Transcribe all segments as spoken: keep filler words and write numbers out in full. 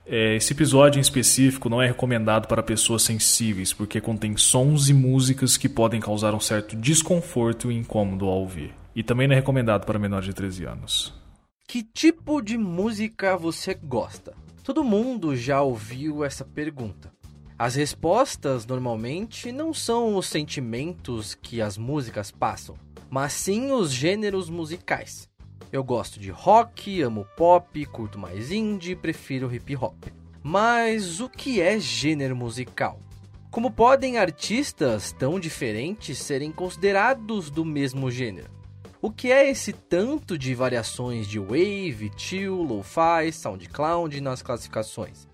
É, esse episódio em específico não é recomendado para pessoas sensíveis, porque contém sons e músicas que podem causar um certo desconforto e incômodo ao ouvir. E também não é recomendado para menores de treze anos. Que tipo de música você gosta? Todo mundo já ouviu essa pergunta. As respostas normalmente não são os sentimentos que as músicas passam, mas sim os gêneros musicais. Eu gosto de rock, amo pop, curto mais indie, prefiro hip hop. Mas o que é gênero musical? Como podem artistas tão diferentes serem considerados do mesmo gênero? O que é esse tanto de variações de wave, chill, lo-fi, SoundCloud nas classificações?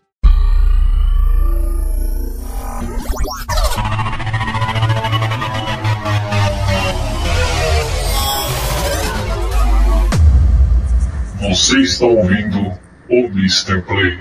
Você está ouvindo o mister Play.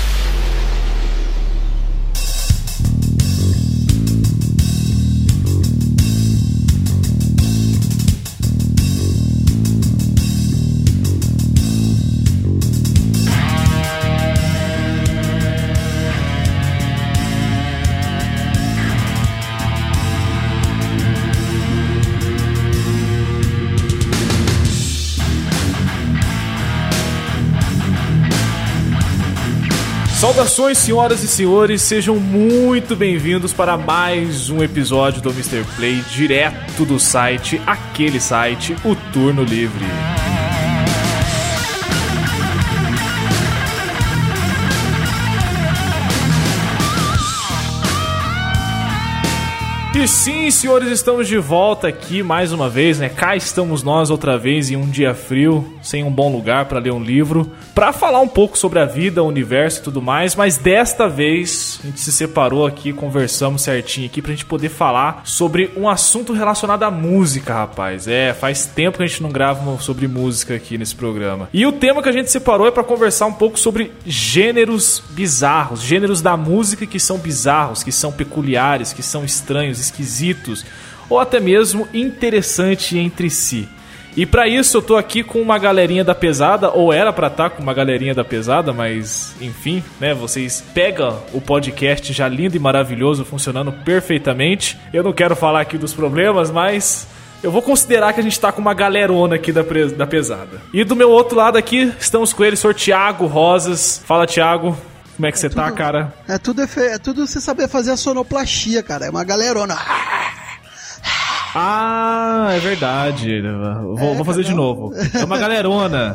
Saudações, senhoras e senhores, sejam muito bem-vindos para mais um episódio do mister Play, direto do site, aquele site, o Turno Livre. E sim, senhores, estamos de volta aqui mais uma vez, né? Cá estamos nós outra vez em um dia frio, sem um bom lugar para ler um livro, para falar um pouco sobre a vida, o universo e tudo mais, mas desta vez a gente se separou aqui, conversamos certinho aqui pra gente poder falar sobre um assunto relacionado à música, rapaz. É, faz tempo que a gente não grava sobre música aqui nesse programa. E o tema que a gente separou é para conversar um pouco sobre gêneros bizarros, gêneros da música que são bizarros, que são peculiares, que são estranhos, esquisitos ou até mesmo interessantes entre si. E pra isso eu tô aqui com uma galerinha da pesada, ou era pra estar com uma galerinha da pesada, mas enfim, né, vocês pegam o podcast já lindo e maravilhoso, funcionando perfeitamente. Eu não quero falar aqui dos problemas, mas eu vou considerar que a gente tá com uma galerona aqui da, pre- da pesada. E do meu outro lado aqui, estamos com ele, senhor Thiago Rosas. Fala, Thiago. Como é que você é tá, cara? É tudo, é tudo você saber fazer a sonoplastia, cara. É uma galerona. Ah, é verdade. Vou, é, vou fazer de novo. É uma galerona.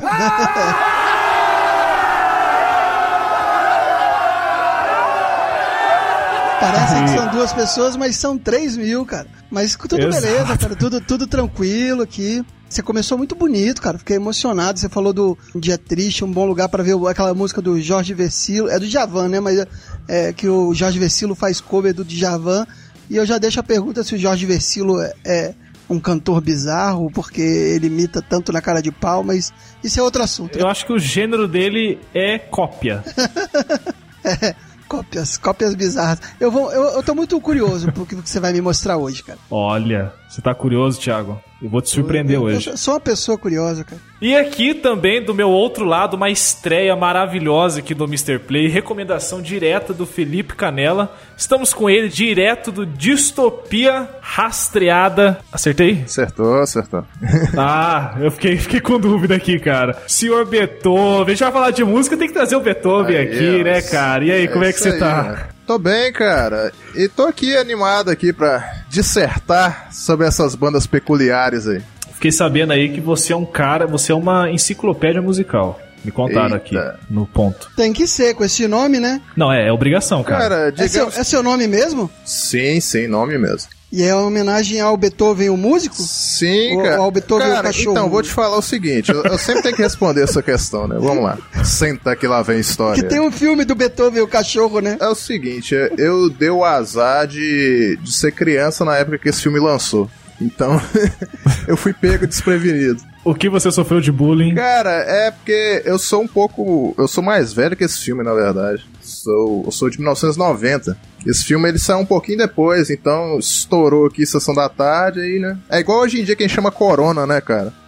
Parece que são duas pessoas, mas são três mil, cara. Mas tudo Exato. beleza, cara. Tudo, tudo tranquilo aqui. Você começou muito bonito, cara. Fiquei emocionado. Você falou do Um Dia Triste, um bom lugar pra ver aquela música do Jorge Vecilo. É do Djavan, né? Mas é que o Jorge Vecilo faz cover do Djavan. E eu já deixo a pergunta se o Jorge Vecilo é, é um cantor bizarro, porque ele imita tanto na cara de pau, mas isso é outro assunto. Eu acho que o gênero dele é cópia. É, cópias, cópias bizarras. Eu, vou, eu, eu tô muito curioso pro que você vai me mostrar hoje, cara. Olha, você tá curioso, Thiago? Eu vou te surpreender eu, eu, hoje. Eu sou uma pessoa curiosa, cara. E aqui também, do meu outro lado, uma estreia maravilhosa aqui do mister Play. Recomendação direta do Felipe Canella. Estamos com ele direto do Distopia Rastreada. Acertei? Acertou, acertou. Ah, eu fiquei, fiquei com dúvida aqui, cara. Senhor Beethoven. A gente vai falar de música, tem que trazer o Beethoven aí, aqui, eu... né, cara? E aí, é como é que você aí, tá? Né? Tô bem, cara. E tô aqui animado aqui pra dissertar sobre essas bandas peculiares aí. Fiquei sabendo aí que você é um cara, você é uma enciclopédia musical. Me contaram Eita. aqui, no ponto. Tem que ser, com esse nome, né? Não, é, é obrigação, cara. cara digamos... é, seu, é seu nome mesmo? Sim, sim, nome mesmo. E é uma homenagem ao Beethoven, o músico? Sim, ou, cara. Ou ao Beethoven, cara, o cachorro? Então, vou te falar o seguinte, eu, eu sempre tenho que responder essa questão, né? Vamos lá. Senta que lá vem a história. Que tem um filme do Beethoven, o cachorro, né? É o seguinte, eu dei o azar de, de ser criança na época que esse filme lançou. Então, eu fui pego desprevenido. O que você sofreu de bullying? Cara, é porque eu sou um pouco... Eu sou mais velho que esse filme, na verdade. Sou, eu sou de mil novecentos e noventa. Esse filme, ele saiu um pouquinho depois, então estourou aqui Sessão da Tarde aí, né? É igual hoje em dia quem chama Corona, né, cara?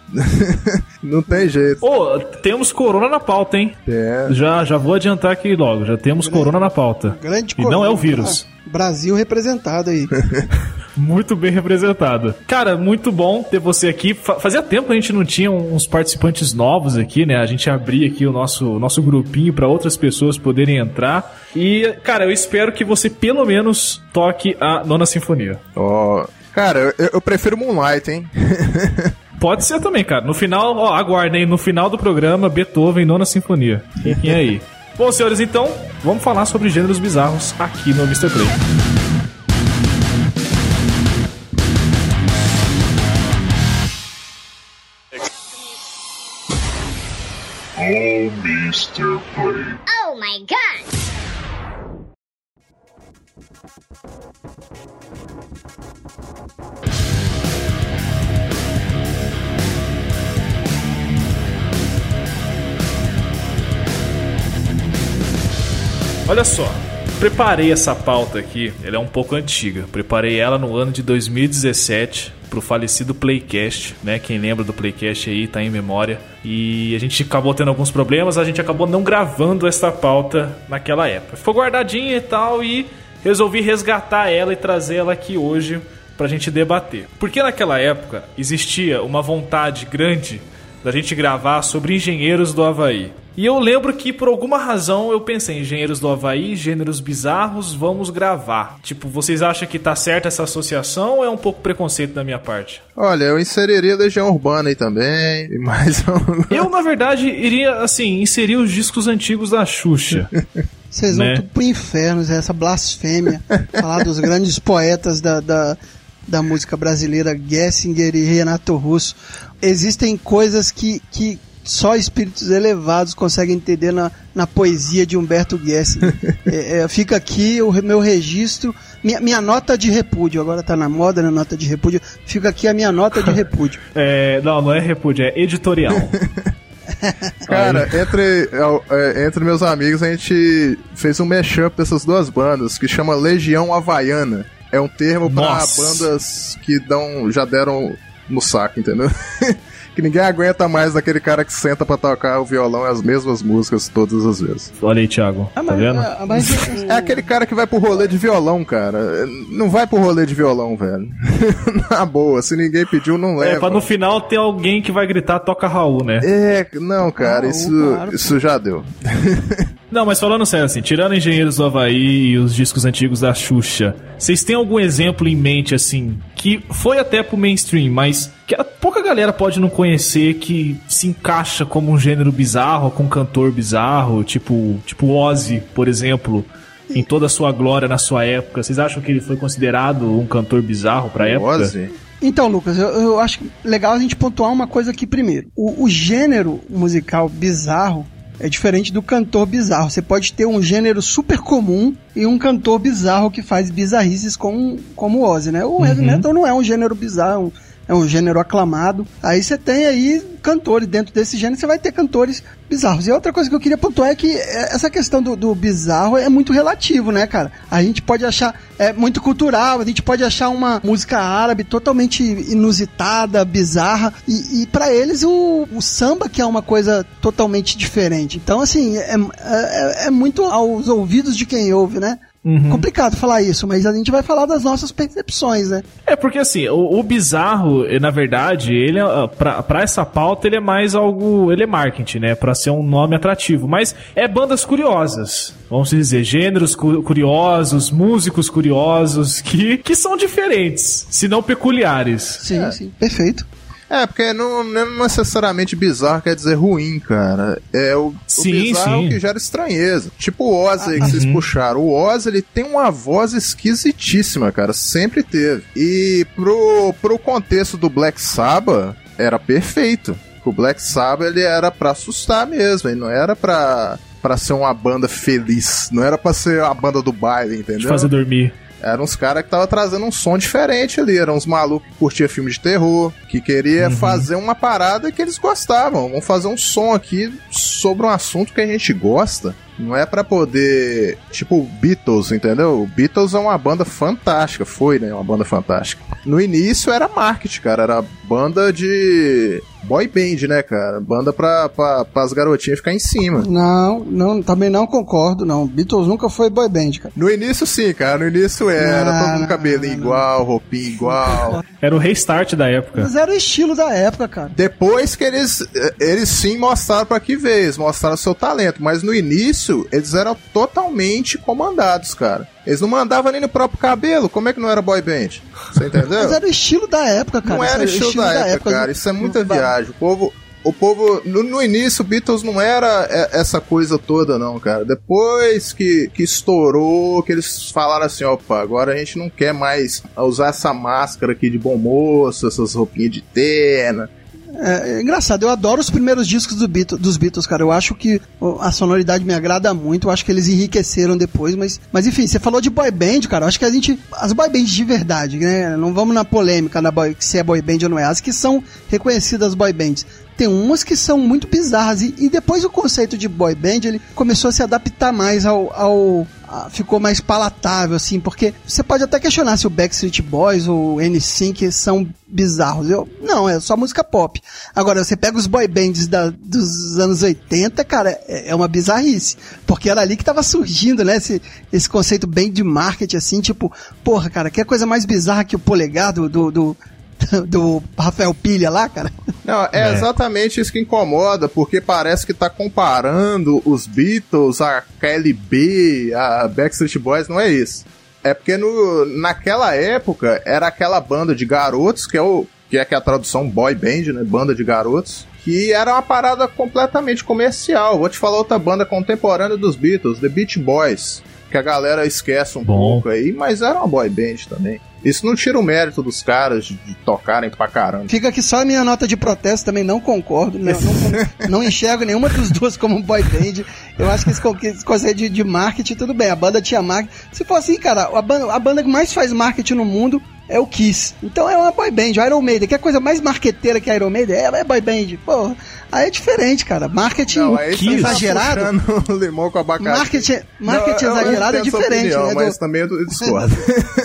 Não tem jeito. Ô, oh, temos corona na pauta, hein? É. Já, já vou adiantar aqui logo, já temos grande, corona na pauta. Grande e corona, não é o vírus. Brasil representado aí. Muito bem representado. Cara, muito bom ter você aqui. Fazia tempo que a gente não tinha uns participantes novos aqui, né? A gente abria aqui o nosso, nosso grupinho para outras pessoas poderem entrar. E, cara, eu espero que você pelo menos toque a Nona Sinfonia. Ó, oh, cara, eu, eu prefiro Moonlight, hein? Pode ser também, cara. No final, ó, aguardem, no final do programa, Beethoven, Nona Sinfonia. Fiquem aí. Bom, senhores, então, vamos falar sobre gêneros bizarros aqui no mister Play. Oh, mister Play. Oh my God! Olha só, preparei essa pauta aqui, ela é um pouco antiga. Preparei ela no ano de dois mil e dezessete pro falecido Playcast, né? Quem lembra do Playcast aí tá em memória. E a gente acabou tendo alguns problemas, a gente acabou não gravando essa pauta naquela época. Ficou guardadinha e tal e resolvi resgatar ela e trazer ela aqui hoje pra gente debater. Porque naquela época existia uma vontade grande da gente gravar sobre Engenheiros do Havaí. E eu lembro que por alguma razão eu pensei, Engenheiros do Havaí, gêneros bizarros, vamos gravar. Tipo, vocês acham que tá certa essa associação ou é um pouco preconceito da minha parte? Olha, eu inseriria Legião Urbana aí também, mas... eu, na verdade, iria, assim, inserir os discos antigos da Xuxa. Vocês vão né? tudo pro inferno, essa blasfêmia. Falar dos grandes poetas da... da... da música brasileira, Gessinger e Renato Russo. Existem coisas que, que só espíritos elevados conseguem entender na, na poesia de Humberto Gessinger. é, é, fica aqui o meu registro, minha, minha nota de repúdio, agora tá na moda, na nota de repúdio, fica aqui a minha nota de repúdio. é, não, não é repúdio, é editorial. Cara, entre, entre meus amigos a gente fez um mashup dessas duas bandas que chama Legião Havaiana. É um termo pra Nossa. bandas que dão, já deram no saco, entendeu? Que ninguém aguenta mais daquele cara que senta pra tocar o violão e as mesmas músicas todas as vezes. Olha aí, Thiago, ah, tá mas, vendo? Ah, mas... é aquele cara que vai pro rolê de violão, cara. Não vai pro rolê de violão, velho. Na boa, se ninguém pediu, não leva. É, pra no final ter alguém que vai gritar, toca Raul, né? É, não, cara, Raul, isso, claro. isso já deu. Não, mas falando sério, assim, tirando Engenheiros do Havaí e os discos antigos da Xuxa, vocês têm algum exemplo em mente, assim, que foi até pro mainstream, mas que a pouca galera pode não conhecer, que se encaixa como um gênero bizarro, com um cantor bizarro, tipo, tipo Ozzy, por exemplo, em toda a sua glória na sua época? Vocês acham que ele foi considerado um cantor bizarro pra época? Ozzy? Então, Lucas, eu, eu acho legal a gente pontuar uma coisa aqui primeiro. O, o gênero musical bizarro é diferente do cantor bizarro. Você pode ter um gênero super comum e um cantor bizarro que faz bizarrices como, como o Ozzy, né? O uhum. heavy metal não é um gênero bizarro, é um gênero aclamado. Aí você tem aí cantores, dentro desse gênero você vai ter cantores bizarros. E outra coisa que eu queria pontuar é que essa questão do, do bizarro é muito relativo, né, cara? A gente pode achar, é muito cultural, a gente pode achar uma música árabe totalmente inusitada, bizarra, e, e pra eles o, o samba que é uma coisa totalmente diferente. Então, assim, é, é, é muito aos ouvidos de quem ouve, né? Uhum. Complicado falar isso, mas a gente vai falar das nossas percepções, né? É, porque assim, o, o bizarro, na verdade, ele é, pra, pra essa pauta, ele é mais algo, ele é marketing, né? Pra ser um nome atrativo, mas é bandas curiosas, vamos dizer, gêneros cu- curiosos, músicos curiosos, que, que são diferentes, se não peculiares. Sim, é. sim, perfeito. É, porque não, não necessariamente bizarro quer dizer ruim, cara. É o, sim, o bizarro sim. que gera estranheza. Tipo o Ozzy aí que uhum. vocês puxaram. O Ozzy, ele tem uma voz esquisitíssima, cara. Sempre teve. E pro, pro contexto do Black Sabbath, era perfeito. O Black Sabbath, ele era pra assustar mesmo. Ele não era pra, pra ser uma banda feliz. Não era pra ser a banda do baile, entendeu? De fazer dormir. Eram uns caras que estavam trazendo um som diferente ali. Eram uns malucos que curtiam filme de terror, que queria uhum. fazer uma parada que eles gostavam. Vamos fazer um som aqui sobre um assunto que a gente gosta. Não é pra poder... Tipo, Beatles, entendeu? Beatles é uma banda fantástica. Foi, né? Uma banda fantástica. No início era marketing, cara. Era banda de... boy band, né, cara? Banda pra, pra, pra as garotinhas ficar em cima. Não, não, também não concordo, não. Beatles nunca foi boy band, cara. No início sim, cara. No início era. Não, todo mundo cabelinho não, igual, não. Roupinha igual. Era o restart da época. Mas era o estilo da época, cara. Depois que eles, eles sim mostraram pra que veio. Eles mostraram seu talento. Mas no início, eles eram totalmente comandados, cara. Eles não mandavam nem no próprio cabelo. Como é que não era boy band? Você entendeu? Mas era o estilo da época, cara. Não era o estilo, estilo da, da época, época, cara. Isso é muita não, viagem. O povo... O povo, no, no início, Beatles não era essa coisa toda, não, cara. Depois que, que estourou, que eles falaram assim, opa, agora a gente não quer mais usar essa máscara aqui de bom moço, essas roupinhas de terna. É, é engraçado, eu adoro os primeiros discos do Beatles, dos Beatles, cara. Eu acho que a sonoridade me agrada muito. Eu acho que eles enriqueceram depois, mas, mas enfim, você falou de boy band, cara. Eu acho que a gente, as boy bands de verdade, né? Não vamos na polêmica na boy, se é boy band ou não é. As que são reconhecidas boy bands. Tem umas que são muito bizarras e, e depois o conceito de boy band ele começou a se adaptar mais ao, ao a, ficou mais palatável assim, porque você pode até questionar se o Backstreet Boys ou o N Sync são bizarros. Eu, não, é só música pop. Agora, você pega os boy bands da, dos anos oitenta, cara, é, é uma bizarrice, porque era ali que tava surgindo, né, esse, esse conceito bem de marketing assim, tipo, porra, cara, que coisa mais bizarra que o polegar do, do, do do Rafael Pilha lá, cara. Não, é, é exatamente isso que incomoda, porque parece que tá comparando os Beatles, a K L B, a Backstreet Boys, não é isso. É porque no, naquela época era aquela banda de garotos, que é, o, que, é que é a tradução boy band, né, banda de garotos, que era uma parada completamente comercial. Vou te falar outra banda contemporânea dos Beatles, The Beach Boys, que a galera esquece um Bom. pouco aí, mas era uma boy band também. Isso não tira o mérito dos caras de, de tocarem pra caramba. Fica aqui só a minha nota de protesto, também não concordo, não, não, não enxergo nenhuma das duas como boy band. Eu acho que esse conceito de, de marketing, tudo bem, a banda tinha marketing. Se for assim, cara, a banda, a banda que mais faz marketing no mundo é o Kiss. Então é uma boy band, o Iron Maiden, que é a coisa mais marqueteira que a Iron Maiden é, é boy band. Porra, aí é diferente, cara. Marketing não, Kiss, tá exagerado. O limão com abacaxi. Marketing, marketing não, exagerado é diferente. Opinião, né, mas do... também eu discordo.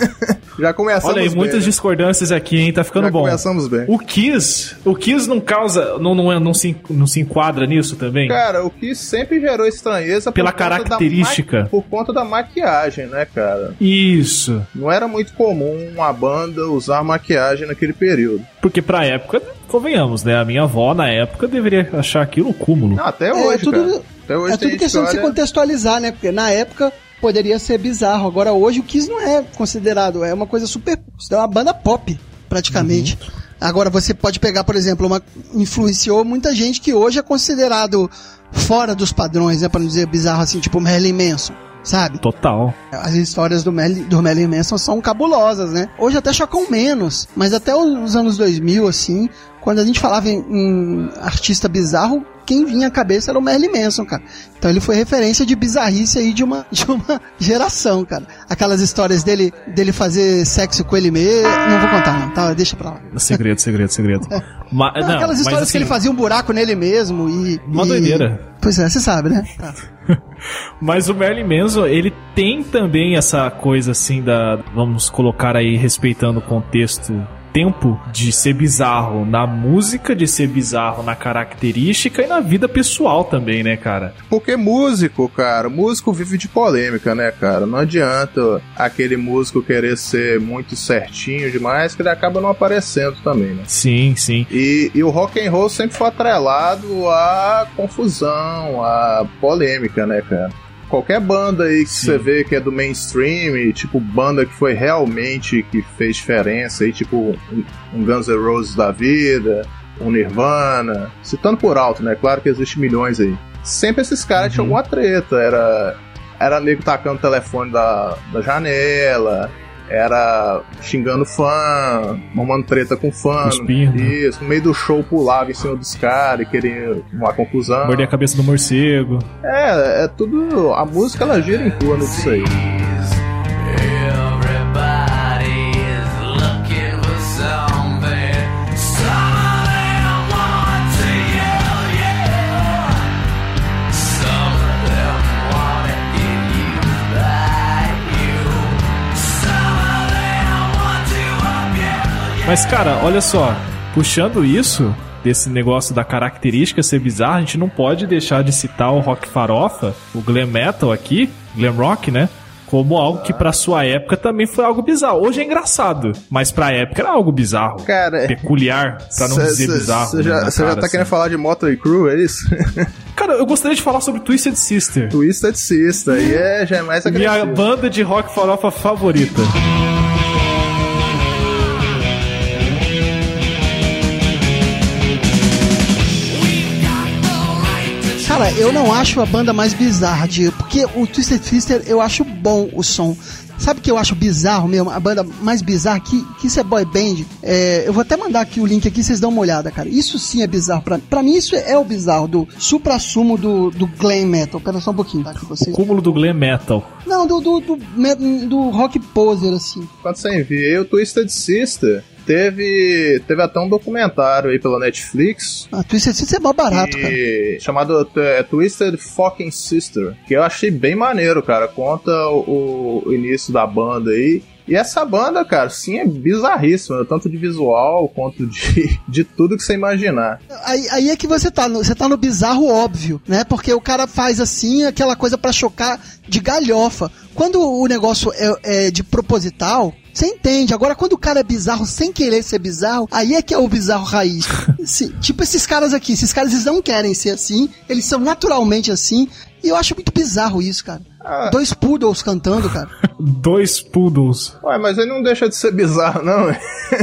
Já começamos Olha aí, bem, muitas né? discordâncias aqui, hein? Tá ficando Já bom. começamos bem. O Kiss, o Kiss não causa, não, não, não, se, não se enquadra nisso também? Cara, o Kiss sempre gerou estranheza pela característica. Ma- por conta da maquiagem, né, cara? Isso. Não era muito comum uma banda usar maquiagem naquele período. Porque pra época, convenhamos, né? A minha avó, na época, deveria achar aquilo o cúmulo. Não, até hoje, é, tudo, cara. Até hoje é tudo questão história... de se contextualizar, né? Porque na época poderia ser bizarro. Agora hoje o Kiss não é considerado, é uma coisa super... É uma banda pop, praticamente. Uhum. Agora você pode pegar, por exemplo, uma... influenciou muita gente que hoje é considerado fora dos padrões, né? Pra não dizer bizarro assim, tipo Marilyn Manson. Sabe? Total. As histórias do, Mel, do Marilyn Manson são cabulosas, né? Hoje até chocam menos, mas até os anos dois mil, assim, quando a gente falava em, em artista bizarro, quem vinha à cabeça era o Marilyn Manson, cara. Então ele foi referência de bizarrice aí de uma, de uma geração, cara. Aquelas histórias dele, dele fazer sexo com ele mesmo, não vou contar não, tá? Deixa pra lá. Segredo, segredo, segredo. É. Ma- não, Aquelas histórias assim, que ele fazia um buraco nele mesmo e... Uma e... doideira. Pois é, você sabe, né? Tá. Mas o Marilyn Manson, ele tem também essa coisa assim da... Vamos colocar aí, respeitando o contexto... tempo de ser bizarro na música, de ser bizarro na característica e na vida pessoal também, né, cara? Porque músico, cara, músico vive de polêmica, né, cara? Não adianta aquele músico querer ser muito certinho demais que ele acaba não aparecendo também, né? Sim, sim. E, e o rock and roll sempre foi atrelado à confusão, à polêmica, né, cara? Qualquer banda aí que Sim. você vê que é do mainstream, tipo banda que foi realmente que fez diferença, aí, tipo um Guns N' Roses da vida, um Nirvana, citando por alto, né? Claro que existe milhões aí. Sempre esses caras uhum. tinham alguma treta, era, era nego tacando o telefone da, da janela, era xingando fã, mamando treta com fã. Isso, no meio do show pulava em cima dos caras e queria uma conclusão. Morder a cabeça do morcego. É, é tudo. A música ela gira em torno disso aí. Mas, cara, olha só, puxando isso, desse negócio da característica ser bizarra, a gente não pode deixar de citar o rock farofa, o glam metal aqui, glam rock, né? Como algo que pra sua época também foi algo bizarro. Hoje é engraçado, mas pra época era algo bizarro. Cara, peculiar, pra não cê, dizer cê, bizarro. Você já, já tá assim. Querendo falar de Motley Crue, é isso? Cara, eu gostaria de falar sobre Twisted Sister. Twisted Sister, e é, já é mais agressivo. Minha banda de rock farofa favorita. Cara, eu não acho a banda mais bizarra, de, porque o Twisted Sister eu acho bom o som. Sabe o que eu acho bizarro mesmo? A banda mais bizarra, que, que isso é boy band. É, eu vou até mandar aqui o link aqui, vocês dão uma olhada, cara. Isso sim é bizarro. Pra, pra mim, isso é o bizarro do supra-sumo do, do glam metal. Pera só um pouquinho, tá? Vocês... O cúmulo do glam metal. Não, do, do, do, do, do rock poser, assim. Quando você envia o Twisted Sister... Teve, teve até um documentário aí pela Netflix. Ah, Twisted Sister é mó barato, e, cara. Chamado é, Twisted Fucking Sister. Que eu achei bem maneiro, cara. Conta o, o início da banda aí. E essa banda, cara, sim, é bizarríssima. Tanto de visual quanto de, de tudo que você imaginar. Aí, aí é que você tá, no, você tá no bizarro óbvio, né? Porque o cara faz assim, aquela coisa pra chocar de galhofa. Quando o negócio é, é de proposital... Você entende? Agora, quando o cara é bizarro sem querer ser bizarro, aí é que é o bizarro raiz. Esse, tipo esses caras aqui. Esses caras, eles não querem ser assim. Eles são naturalmente assim. E eu acho muito bizarro isso, cara. Ah. Dois poodles cantando, cara. Dois poodles. Ué, mas ele não deixa de ser bizarro, não.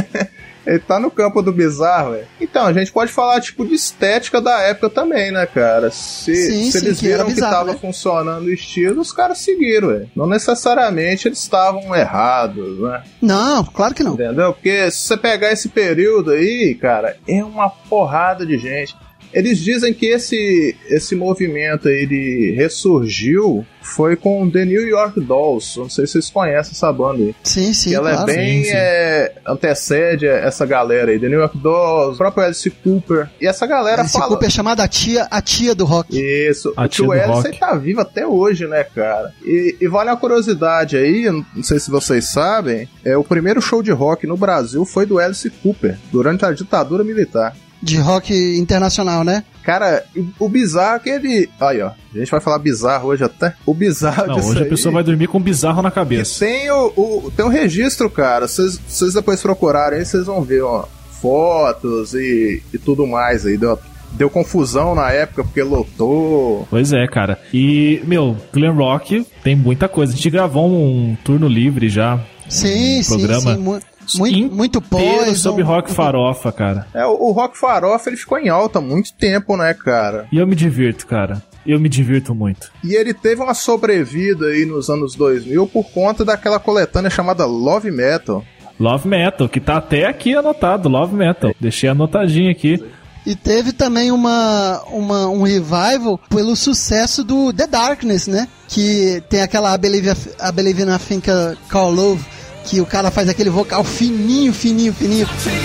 Ele tá no campo do bizarro, velho. Então, a gente pode falar, tipo, de estética da época também, né, cara? Se, sim, se sim, eles que viram bizarro, que tava né? funcionando o estilo, os caras seguiram, velho. Não necessariamente eles estavam errados, né? Não, claro que não. Entendeu? Porque se você pegar esse período aí, cara, é uma porrada de gente. Eles dizem que esse, esse movimento aí, ele ressurgiu foi com The New York Dolls. Não sei se vocês conhecem essa banda aí. Sim, sim, ela claro. é bem sim, sim. É, antecede essa galera aí. The New York Dolls, o próprio Alice Cooper. E essa galera Alice fala... Cooper é chamada a tia, a tia do rock. Isso. A tia o do Alice rock. tá vivo até hoje, né, cara? E, e vale uma curiosidade aí, não sei se vocês sabem, é, o primeiro show de rock no Brasil foi do Alice Cooper, durante a ditadura militar. De rock internacional, né? Cara, o bizarro é que ele... Aí, ó. A gente vai falar bizarro hoje até. O bizarro Não, disso hoje aí, a pessoa vai dormir com um bizarro na cabeça. Tem o, o, tem um registro, cara. Se vocês depois procurarem aí, vocês vão ver, ó. Fotos e, e tudo mais aí. Deu, deu confusão na época porque lotou. Pois é, cara. E, meu, Glam Rock tem muita coisa. A gente gravou um turno livre já. Sim, um sim, programa sim. Mu- muito, muito pós. sobre rock farofa, cara. É, o, o rock farofa, ele ficou em alta há muito tempo, né, cara? E eu me divirto, cara. Eu me divirto muito. E ele teve uma sobrevida aí nos anos dois mil por conta daquela coletânea chamada Love Metal. Love Metal, que tá até aqui anotado, Love Metal. Deixei anotadinho aqui. E teve também uma, uma, um revival pelo sucesso do The Darkness, né? Que tem aquela I Believe, I Believe in a Thing Called Love, que o cara faz aquele vocal fininho, fininho, fininho.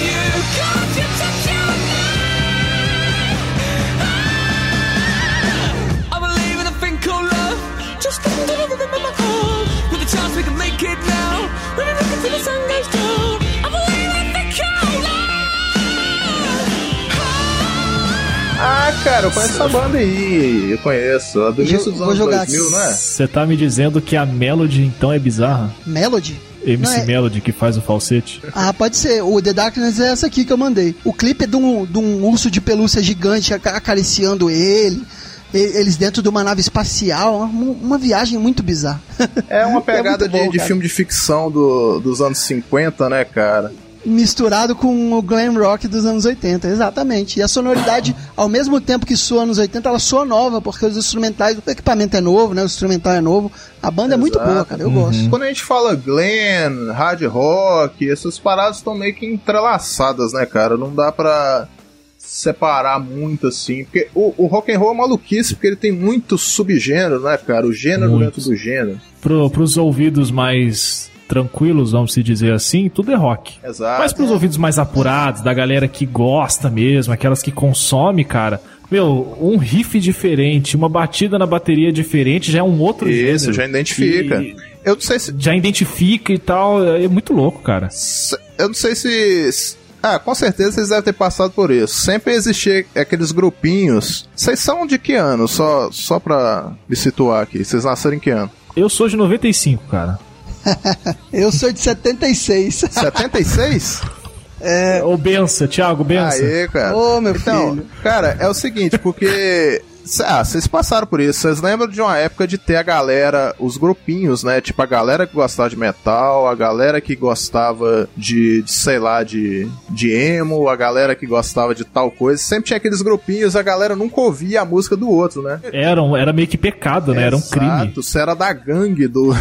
Ah, cara, eu conheço essa banda aí. Eu conheço. A do início dos anos dois mil, não é? Você tá me dizendo que a Melody, então, é bizarra? Melody? M C Não é... Melody, que faz o falsete? Ah, pode ser. O The Darkness é essa aqui que eu mandei. O clipe é de um, de um urso de pelúcia gigante acariciando ele. Eles dentro de uma nave espacial. Uma, uma viagem muito bizarra. É uma pegada é bom, de, de filme de ficção do, dos anos cinquenta, né, cara? Misturado com o glam rock dos anos oitenta, exatamente. E a sonoridade, ao mesmo tempo que soa anos oitenta, ela soa nova, porque os instrumentais, o equipamento é novo, né? O instrumental é novo. A banda Exato. É muito boa, cara, eu uhum. gosto. Quando a gente fala glam, hard rock, essas paradas estão meio que entrelaçadas, né, cara? Não dá pra separar muito assim, porque o, o rock and roll é maluquice, porque ele tem muito subgênero, né, cara? O gênero muito. Dentro do gênero. Pro, pros ouvidos mais tranquilos, vamos se dizer assim, tudo é rock. Exato. Mas pros ouvidos mais apurados, da galera que gosta mesmo, aquelas que consome, cara, meu, um riff diferente, uma batida na bateria diferente já é um outro Isso, gênero. Isso, já identifica. E... Eu não sei se... Já identifica e tal, é muito louco, cara. Eu não sei se, Ah, com certeza vocês devem ter passado por isso. Sempre existia aqueles grupinhos. Vocês são de que ano? Só, só pra me situar aqui. Vocês nasceram em que ano? Eu sou de noventa e cinco, cara. Eu sou de setenta e seis. setenta e seis? É. Ô, benção, Thiago, benção. Aê, cara. Ô, meu então, filho. Cara, é o seguinte, porque... Ah, vocês passaram por isso. Vocês lembram de uma época de ter a galera, os grupinhos, né? Tipo, a galera que gostava de metal, a galera que gostava de, de sei lá, de, de emo, a galera que gostava de tal coisa. Sempre tinha aqueles grupinhos, a galera nunca ouvia a música do outro, né? Era, era meio que pecado, né? Era um crime. Exato, você era da gangue do,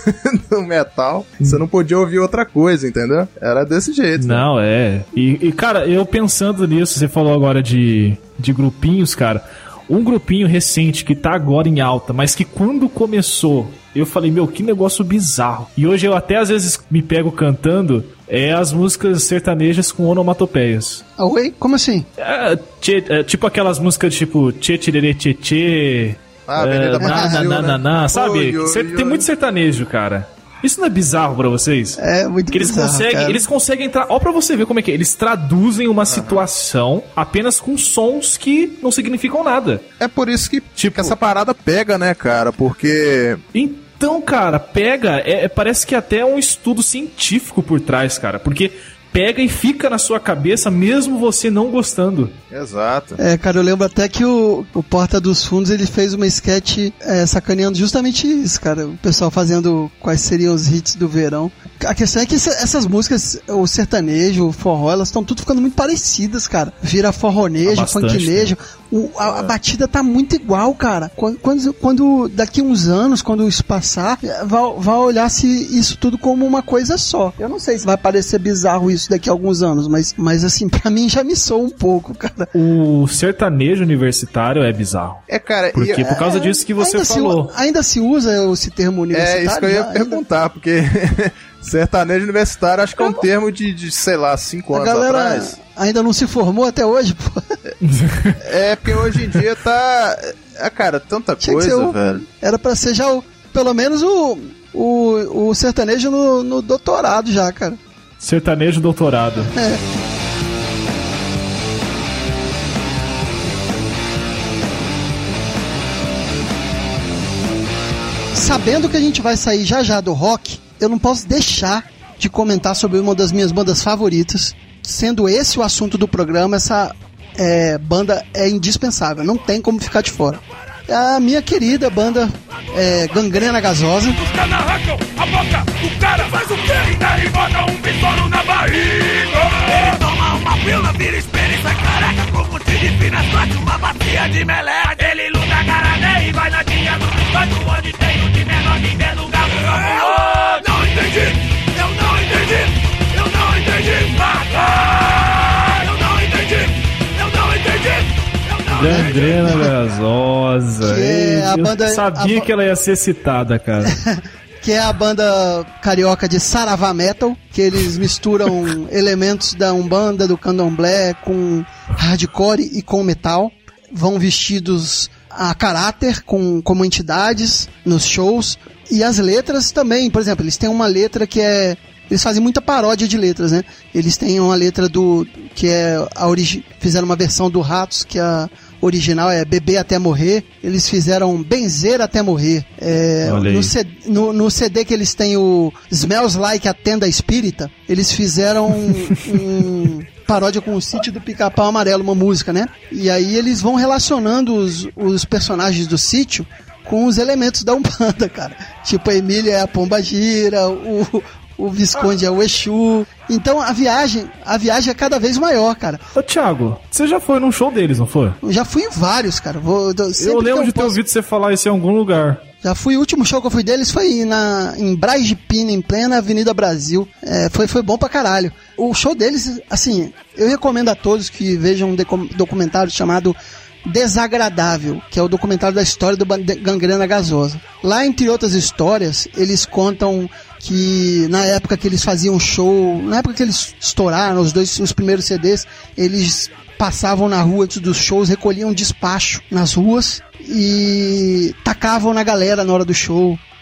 do metal, você não podia ouvir outra coisa, entendeu? Era desse jeito. Não, né? é. E, e, cara, eu pensando nisso, você falou agora de, de grupinhos, cara. Um grupinho recente que tá agora em alta, mas que quando começou, eu falei, meu, que negócio bizarro. E hoje eu até às vezes me pego cantando, é as músicas sertanejas com onomatopeias. Ah, oi? Como assim? É, tchê, é, tipo aquelas músicas tipo tchê, tchê, tchê, tchê. Ah, Avenida Brasil, na, na, na, né? sabe? Oi, oi, Tem oi. muito sertanejo, cara. Isso não é bizarro pra vocês? É muito que eles bizarro, conseguem, cara. eles conseguem entrar. Ó, pra você ver como é que é. Eles traduzem uma situação apenas com sons que não significam nada. É por isso que, Tipo- que essa parada pega, né, cara? Porque... Então, cara, pega. É, é- parece que até é um estudo científico por trás, cara. Porque pega e fica na sua cabeça, mesmo você não gostando. Exato. É, cara, eu lembro até que o, o Porta dos Fundos, ele fez uma sketch é, sacaneando justamente isso, cara. O pessoal fazendo quais seriam os hits do verão. A questão é que essa- essas músicas, o sertanejo, o forró, elas estão tudo ficando muito parecidas, cara. Vira forronejo, Tá bastante, funknejo. O, a, a batida tá muito igual, cara. Quando, quando, quando daqui uns anos, quando isso passar, vai, vai olhar se isso tudo como uma coisa só. Eu não sei se vai parecer bizarro isso daqui a alguns anos, mas, mas assim, pra mim já me soa um pouco, cara. O sertanejo universitário é bizarro. É, cara... Porque e, por causa disso que você ainda falou. Se, ainda se usa esse termo universitário? É isso que eu ia Já, ainda- perguntar, porque sertanejo universitário acho que é um termo de, de sei lá, cinco A anos galera atrás. ainda não se formou até hoje, pô. É, porque hoje em dia tá... É, cara, tanta Tinha que ser coisa, o- velho. Era pra ser já, o, pelo menos, o, o, o sertanejo no, no doutorado já, cara. Sertanejo doutorado. Sabendo que a gente vai sair já já do rock, eu não posso deixar de comentar sobre uma das minhas bandas favoritas. Sendo esse o assunto do programa, essa é, banda é indispensável, não tem como ficar de fora. A minha querida banda é, Gangrena Gasosa. Os caras arrancam a boca do cara, faz o quê? E daí bota um pistola na barriga. Ele toma uma pílula, vira espelho e sai careca. Com fuzil de finas, bate uma bacia de meleca. Ele luta karatê e vai na tinha do canto, onde tem o de menor que tem lugar. Eu não entendi, eu não entendi, eu não entendi. Ah, eu não entendi, eu não entendi. Gangrena Gasosa. Que é a Eu banda- sabia a- que ela ia ser citada, cara. Que é a banda carioca de Saravá Metal, que eles misturam elementos da Umbanda, do Candomblé, com hardcore e com metal. Vão vestidos a caráter, com, como entidades, nos shows. E as letras também, por exemplo, eles têm uma letra que é... Eles fazem muita paródia de letras, né? Eles têm uma letra do... que é a origi... Fizeram uma versão do Ratos, que a original é Beber Até Morrer. Eles fizeram Benzer Até Morrer. É, Olha aí. no, C... no, no C D que eles têm o Smells Like a Tenda Espírita, eles fizeram um... um paródia com o Sítio do Pica-Pau Amarelo, uma música, né? E aí eles vão relacionando os, os personagens do sítio com os elementos da Umbanda, cara. Tipo, a Emília é a Pomba Gira, o, o Visconde é o Exu. Então a viagem, a viagem é cada vez maior, cara. Ô, Thiago, você já foi num show deles, não foi? Eu já fui em vários, cara. Vou, eu sempre Eu lembro que de ter posso- ouvido você falar isso em algum lugar. Já fui, o último show que eu fui deles foi na, em Braz de Pina, em plena Avenida Brasil. É, foi, foi bom pra caralho. O show deles, assim, eu recomendo a todos que vejam um deco- documentário chamado Desagradável, que é o documentário da história do Ban- Gangrena Gasosa. Lá, entre outras histórias, eles contam que na época que eles faziam show, na época que eles estouraram os dois, os primeiros C Ds, eles passavam na rua antes dos shows, recolhiam despacho nas ruas e tacavam na galera na hora do show.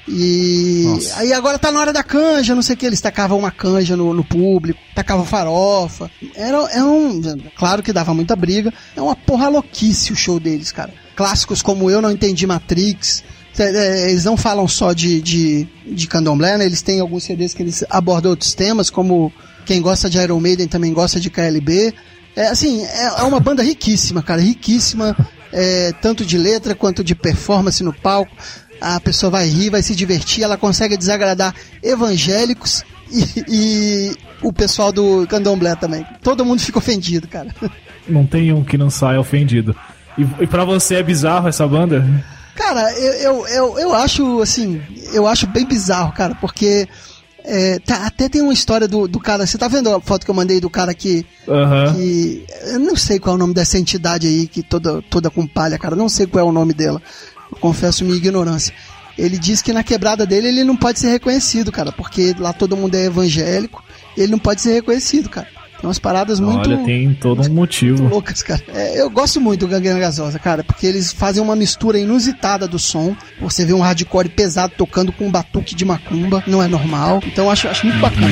E Nossa. Aí agora tá na hora da canja, não sei o que, eles tacavam uma canja no, no público, tacavam farofa. Era, era um. Claro que dava muita briga. É uma porra louquice o show deles, cara. Clássicos como Eu Não Entendi Matrix. Eles não falam só de, de, de candomblé, né? Eles têm alguns C Ds que eles abordam outros temas, como quem gosta de Iron Maiden também gosta de K L B. É, assim, é, é uma banda riquíssima, cara, riquíssima, é, tanto de letra quanto de performance no palco. A pessoa vai rir, vai se divertir, ela consegue desagradar evangélicos e, e o pessoal do candomblé também. Todo mundo fica ofendido, cara. Não tem um que não saia ofendido. E, e pra você é bizarro essa banda? Cara, eu, eu, eu, eu acho, assim, eu acho bem bizarro, cara, porque é, tá, até tem uma história do, do cara, você tá vendo a foto que eu mandei do cara que, uhum. que eu não sei qual é o nome dessa entidade aí, que toda, toda com palha, cara, não sei qual é o nome dela. Confesso minha ignorância. Ele diz que na quebrada dele ele não pode ser reconhecido, cara, porque lá todo mundo é evangélico, ele não pode ser reconhecido, cara. Tem umas paradas muito... Olha, tem todo um motivo. Loucas, cara. É, eu gosto muito do Gangrena Gasosa, cara, porque eles fazem uma mistura inusitada do som. Você vê um hardcore pesado tocando com um batuque de macumba, não é normal. Então eu acho, acho muito bacana.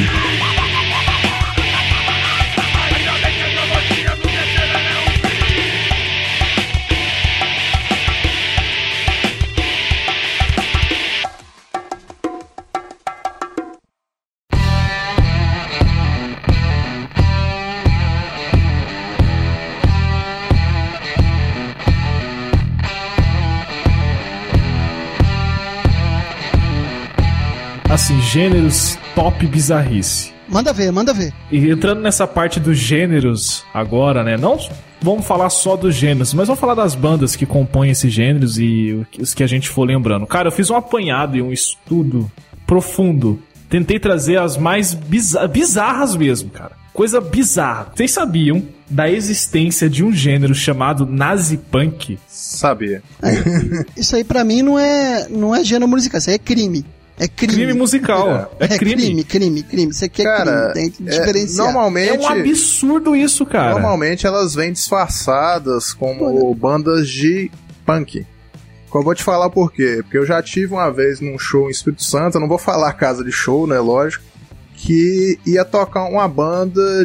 Assim, gêneros top bizarrice. Manda ver, manda ver. E entrando nessa parte dos gêneros agora, né? Não vamos falar só dos gêneros, mas vamos falar das bandas que compõem esses gêneros e os que a gente for lembrando. Cara, eu fiz um apanhado e um estudo profundo. Tentei trazer as mais bizar- bizarras mesmo, cara. Coisa bizarra. Vocês sabiam da existência de um gênero chamado Nazi Punk? Sabia. É, isso aí pra mim não é, não é gênero musical, isso aí é crime. É crime. Crime musical. É, é crime. crime, crime, crime. Isso aqui é cara, crime. Tem que diferenciar. É, normalmente, é um absurdo isso, cara. Normalmente elas vêm disfarçadas como Pô, bandas de punk. Eu vou te falar por quê. Porque eu já tive uma vez num show em Espírito Santo, eu não vou falar casa de show, né, lógico, que ia tocar uma banda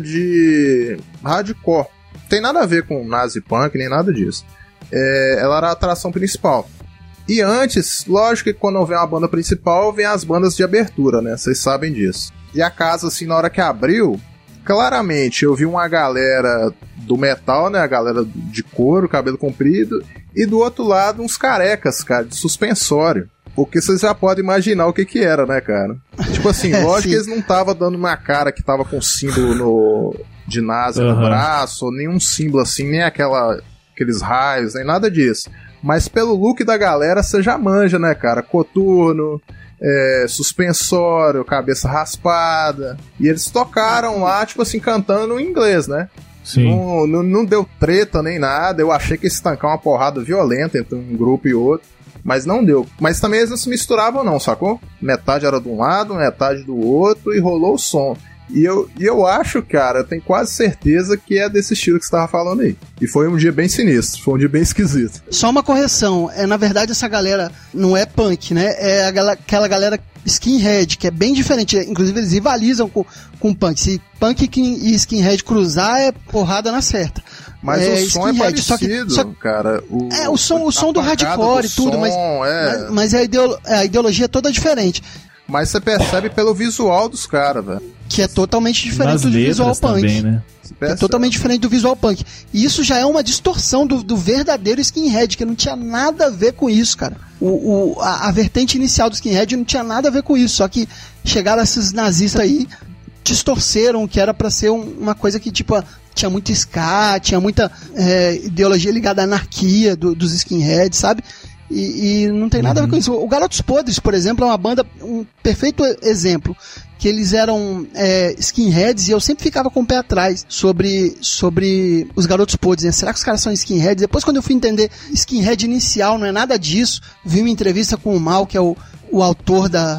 de hardcore. Não tem nada a ver com Nazi Punk, nem nada disso. É, ela era a atração principal. E antes, lógico que quando vem uma banda principal, vem as bandas de abertura, né? Vocês sabem disso. E a casa, assim, na hora que abriu, claramente eu vi uma galera do metal, né? A galera de couro, cabelo comprido, e do outro lado uns carecas, cara, de suspensório. Porque vocês já podem imaginar o que que era, né, cara? Tipo assim, é, lógico sim. que eles não estavam dando uma cara que tava com símbolo no, de NASA uhum. no braço, ou nenhum símbolo assim, nem aquela, aqueles raios, nem nada disso. Mas pelo look da galera, você já manja, né, cara? Coturno, é, suspensório, cabeça raspada. E eles tocaram lá, tipo assim, cantando em inglês, né? Sim. Não, não, não deu treta nem nada. Eu achei que ia estancar uma porrada violenta entre um grupo e outro. Mas não deu. Mas também eles não se misturavam não, sacou? Metade era de um lado, metade do outro e rolou o som. E eu, e eu acho, cara, eu tenho quase certeza que é desse estilo que você tava falando aí. E foi um dia bem sinistro, foi um dia bem esquisito. Só uma correção, é, na verdade essa galera não é punk, né? É a gal- aquela galera skinhead, que é bem diferente. Inclusive eles rivalizam com, com punk. Se punk e skinhead cruzar, é porrada na certa. Mas é, o som é parecido, só que, só, cara. O, é, o som, o som do hardcore e tudo, som, mas, é. mas, mas a, ideolo- a ideologia é toda diferente. Mas você percebe pelo visual dos caras, velho. Que é totalmente diferente Nas do visual punk. Também, né? É totalmente diferente do visual punk. E isso já é uma distorção do, do verdadeiro skinhead, que não tinha nada a ver com isso, cara. O, o, a, a vertente inicial do skinhead não tinha nada a ver com isso. Só que chegaram esses nazistas aí, distorceram que era pra ser um, uma coisa que, tipo, tinha muito ska, tinha muita é, ideologia ligada à anarquia do, dos skinheads, sabe? E, e não tem nada uhum. a ver com isso. O Garotos Podres, por exemplo, é uma banda, um perfeito exemplo, que eles eram é, skinheads, e eu sempre ficava com o pé atrás sobre, sobre os Garotos Podres, né? Será que os caras são skinheads? Depois, quando eu fui entender, skinhead inicial não é nada disso, vi uma entrevista com o Mal, que é o, o autor da,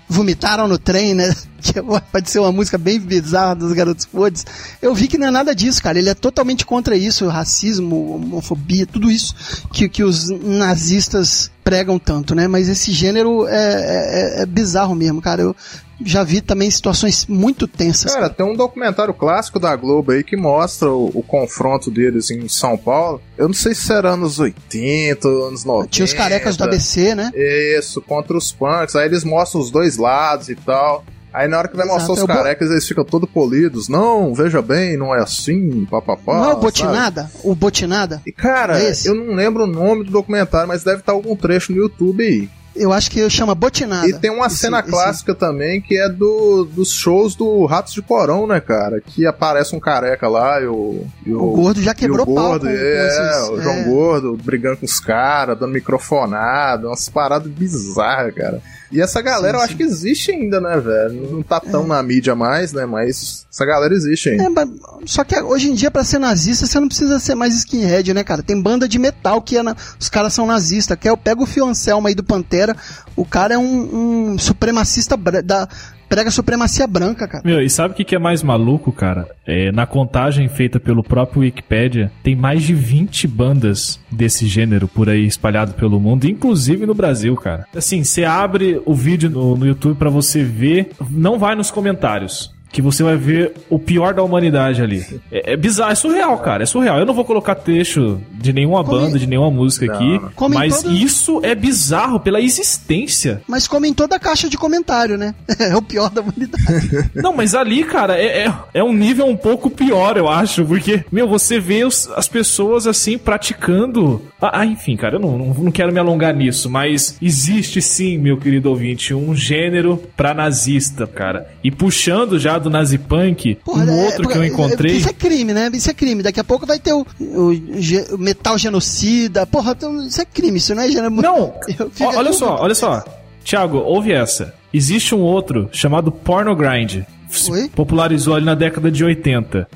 vomitaram no trem, né? Que pode ser uma música bem bizarra dos Garotos Podres. Eu vi que não é nada disso, cara. Ele é totalmente contra isso, racismo, homofobia, tudo isso que, que os nazistas pregam tanto, né? Mas esse gênero é, é, é bizarro mesmo, cara. Eu já vi também situações muito tensas. Cara, tem um documentário clássico da Globo aí que mostra o, o confronto deles em São Paulo. Eu não sei se era anos oitenta, anos noventa. Tinha os carecas do A B C, né? Isso, contra os punks. Aí eles mostram os dois lados e tal. Aí na hora que vai Exato. mostrar os carecas, eles ficam todos polidos. Não, veja bem, não é assim, papapá. Não é o Botinada? Sabe? O Botinada? E cara, é eu não lembro o nome do documentário, mas deve estar algum trecho no YouTube aí. Eu acho que chama Botinada. E tem uma esse, cena esse... clássica também, que é do, dos shows do Ratos de Porão, né, cara? Que aparece um careca lá e o... E o, o Gordo já quebrou o pau. Gordo, é, esses, o João é. Gordo brigando com os caras, dando microfonado, umas paradas bizarras, cara. E essa galera sim, eu acho sim. que existe ainda, né, velho? Não tá tão é. na mídia mais, né, mas essa galera existe ainda. É, mas, só que hoje em dia, pra ser nazista, você não precisa ser mais skinhead, né, cara? Tem banda de metal que é na... os caras são nazistas. Que é, eu pego o Fio Anselmo aí do Pantera, o cara é um, um supremacista da... prega supremacia branca, cara. Meu, e sabe o que, que é mais maluco, cara? É, na contagem feita pelo próprio Wikipedia, tem mais de vinte bandas desse gênero por aí espalhado pelo mundo, inclusive no Brasil, cara. Assim, você abre o vídeo no, no YouTube pra você ver, não vai nos comentários, que você vai ver o pior da humanidade ali. É, é bizarro, é surreal, cara, é surreal. Eu não vou colocar trecho de nenhuma Come... banda, de nenhuma música não. aqui, Come mas todo... isso é bizarro pela existência. Mas come em toda a caixa de comentário, né? É o pior da humanidade. Não, mas ali, cara, é, é, é um nível um pouco pior, eu acho, porque, meu, você vê os, as pessoas, assim, praticando... Ah, enfim, cara, eu não, não, não quero me alongar nisso, mas existe sim, meu querido ouvinte, um gênero pra nazista, cara. E puxando já do Nazipunk, Porra, um é, outro que eu encontrei... Isso é crime, né? Isso é crime. Daqui a pouco vai ter o, o, o metal genocida. Porra, isso é crime, isso não é gênero... Não, olha só, olha só. Thiago, ouve essa. Existe um outro chamado Porno Grind. Oi? Popularizou ali na década de oitenta.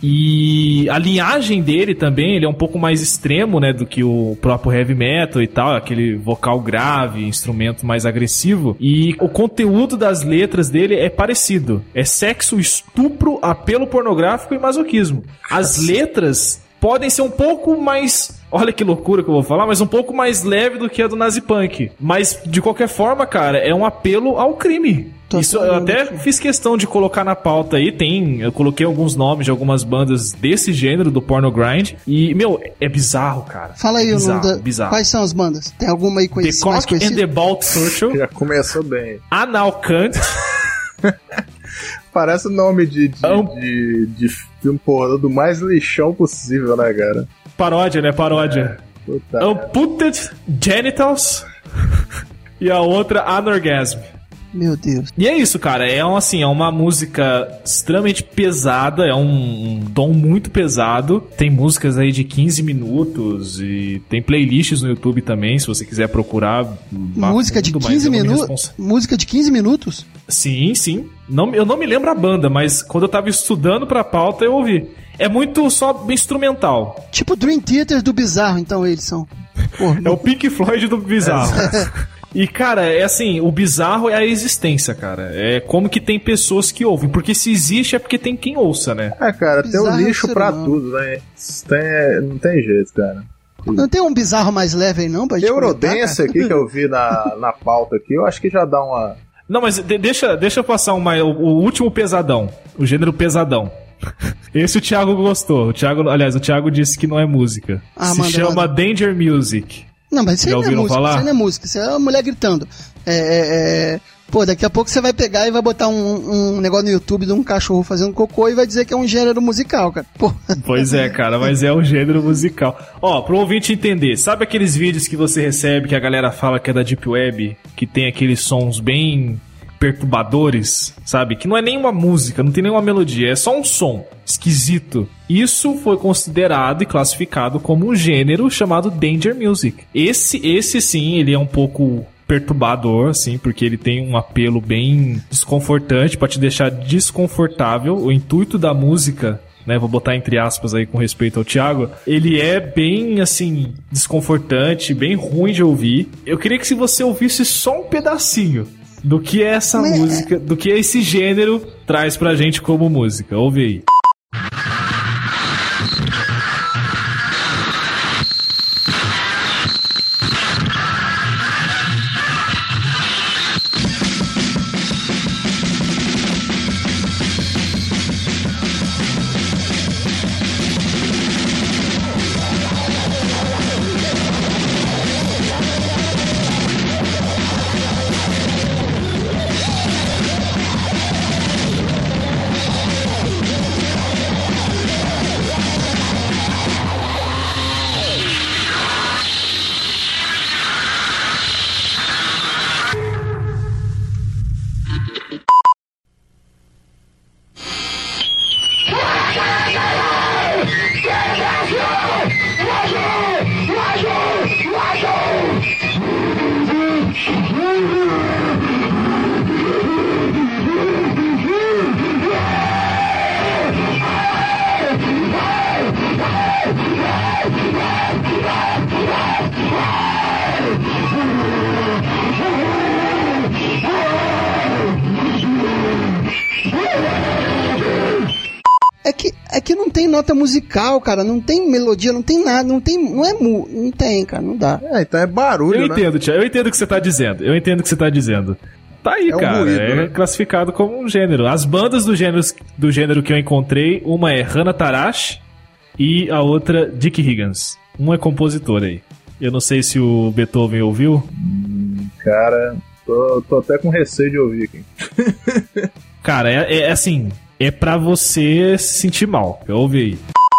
E a linhagem dele também, ele é um pouco mais extremo, né, do que o próprio heavy metal e tal, aquele vocal grave, instrumento mais agressivo. E o conteúdo das letras dele é parecido. É sexo, estupro, apelo pornográfico e masoquismo. As letras podem ser um pouco mais... Olha que loucura que eu vou falar, mas um pouco mais leve do que a do Nazipunk. Mas, de qualquer forma, cara, é um apelo ao crime. Isso eu até fiz questão de colocar na pauta aí, tem, eu coloquei alguns nomes de algumas bandas desse gênero, do Porno Grind, e, meu, é bizarro, cara. Fala aí é o bizarro, nome da... bizarro. Quais são as bandas? Tem alguma aí conhecida? The Cock and the Bald Turtle. Já começou bem. Anal Cunt. Parece o nome de, de, um... de, de filme porra do mais lixão possível, né, cara? Paródia, né? Paródia. É. Unputted Genitals e a outra Anorgasm. Meu Deus. E é isso, cara. É, um, assim, é uma música extremamente pesada. É um, um tom muito pesado. Tem músicas aí de quinze minutos. E tem playlists no YouTube também, se você quiser procurar. Música de quinze minutos? Música de quinze minutos? Sim, sim. Não, eu não me lembro a banda, mas quando eu tava estudando pra pauta, eu ouvi. É muito só instrumental. Tipo Dream Theater do Bizarro, então eles são. Porra, é o Pink Floyd do Bizarro. É. E, cara, é assim, o bizarro é a existência, cara. É como que tem pessoas que ouvem. Porque se existe é porque tem quem ouça, né? É, cara, tem um lixo pra tudo, né? Tem, não tem jeito, cara. Não tem um bizarro mais leve aí, não? Pra gente Eurodance aqui que eu vi na, na pauta aqui, eu acho que já dá uma... Não, mas de, deixa, deixa eu passar uma, o, o último pesadão. O gênero pesadão. Esse o Thiago gostou. O Thiago, aliás, o Thiago disse que não é música. Ah, Se manda, chama manda. Danger Music. Não, mas isso aí não é música, falar? Isso aí não é música, isso é uma mulher gritando. É, é, é... Pô, daqui a pouco você vai pegar e vai botar um, um negócio no YouTube de um cachorro fazendo cocô e vai dizer que é um gênero musical, cara. Pô. Pois é, cara, mas é um gênero musical. Ó, pro ouvinte entender, sabe aqueles vídeos que você recebe que a galera fala que é da Deep Web, que tem aqueles sons bem perturbadores, sabe? Que não é nem uma música, não tem nenhuma melodia, é só um som esquisito. Isso foi considerado e classificado como um gênero chamado Danger Music. Esse, esse sim, ele é um pouco perturbador, assim, porque ele tem um apelo bem desconfortante pra te deixar desconfortável. O intuito da música, né, vou botar entre aspas aí com respeito ao Thiago, ele é bem, assim, desconfortante, bem ruim de ouvir. Eu queria que se você ouvisse só um pedacinho do que essa Mas... música, do que esse gênero traz pra gente como música. Ouve aí. É que, é que não tem nota musical, cara, não tem melodia, não tem nada, não tem, não é mu, não tem, cara, não dá. É, então é barulho, eu né? entendo, Tia, eu entendo o que você tá dizendo, eu entendo o que você tá dizendo. Tá aí, é cara, um ruído, é né? classificado como um gênero. As bandas do gênero, do gênero que eu encontrei, uma é Hana Tarashi e a outra Dick Higgins. Um é compositor aí. Eu não sei se o Beethoven ouviu. Hum, cara, tô, tô até com receio de ouvir aqui. Cara, é, é assim, é pra você se sentir mal. Ouve aí.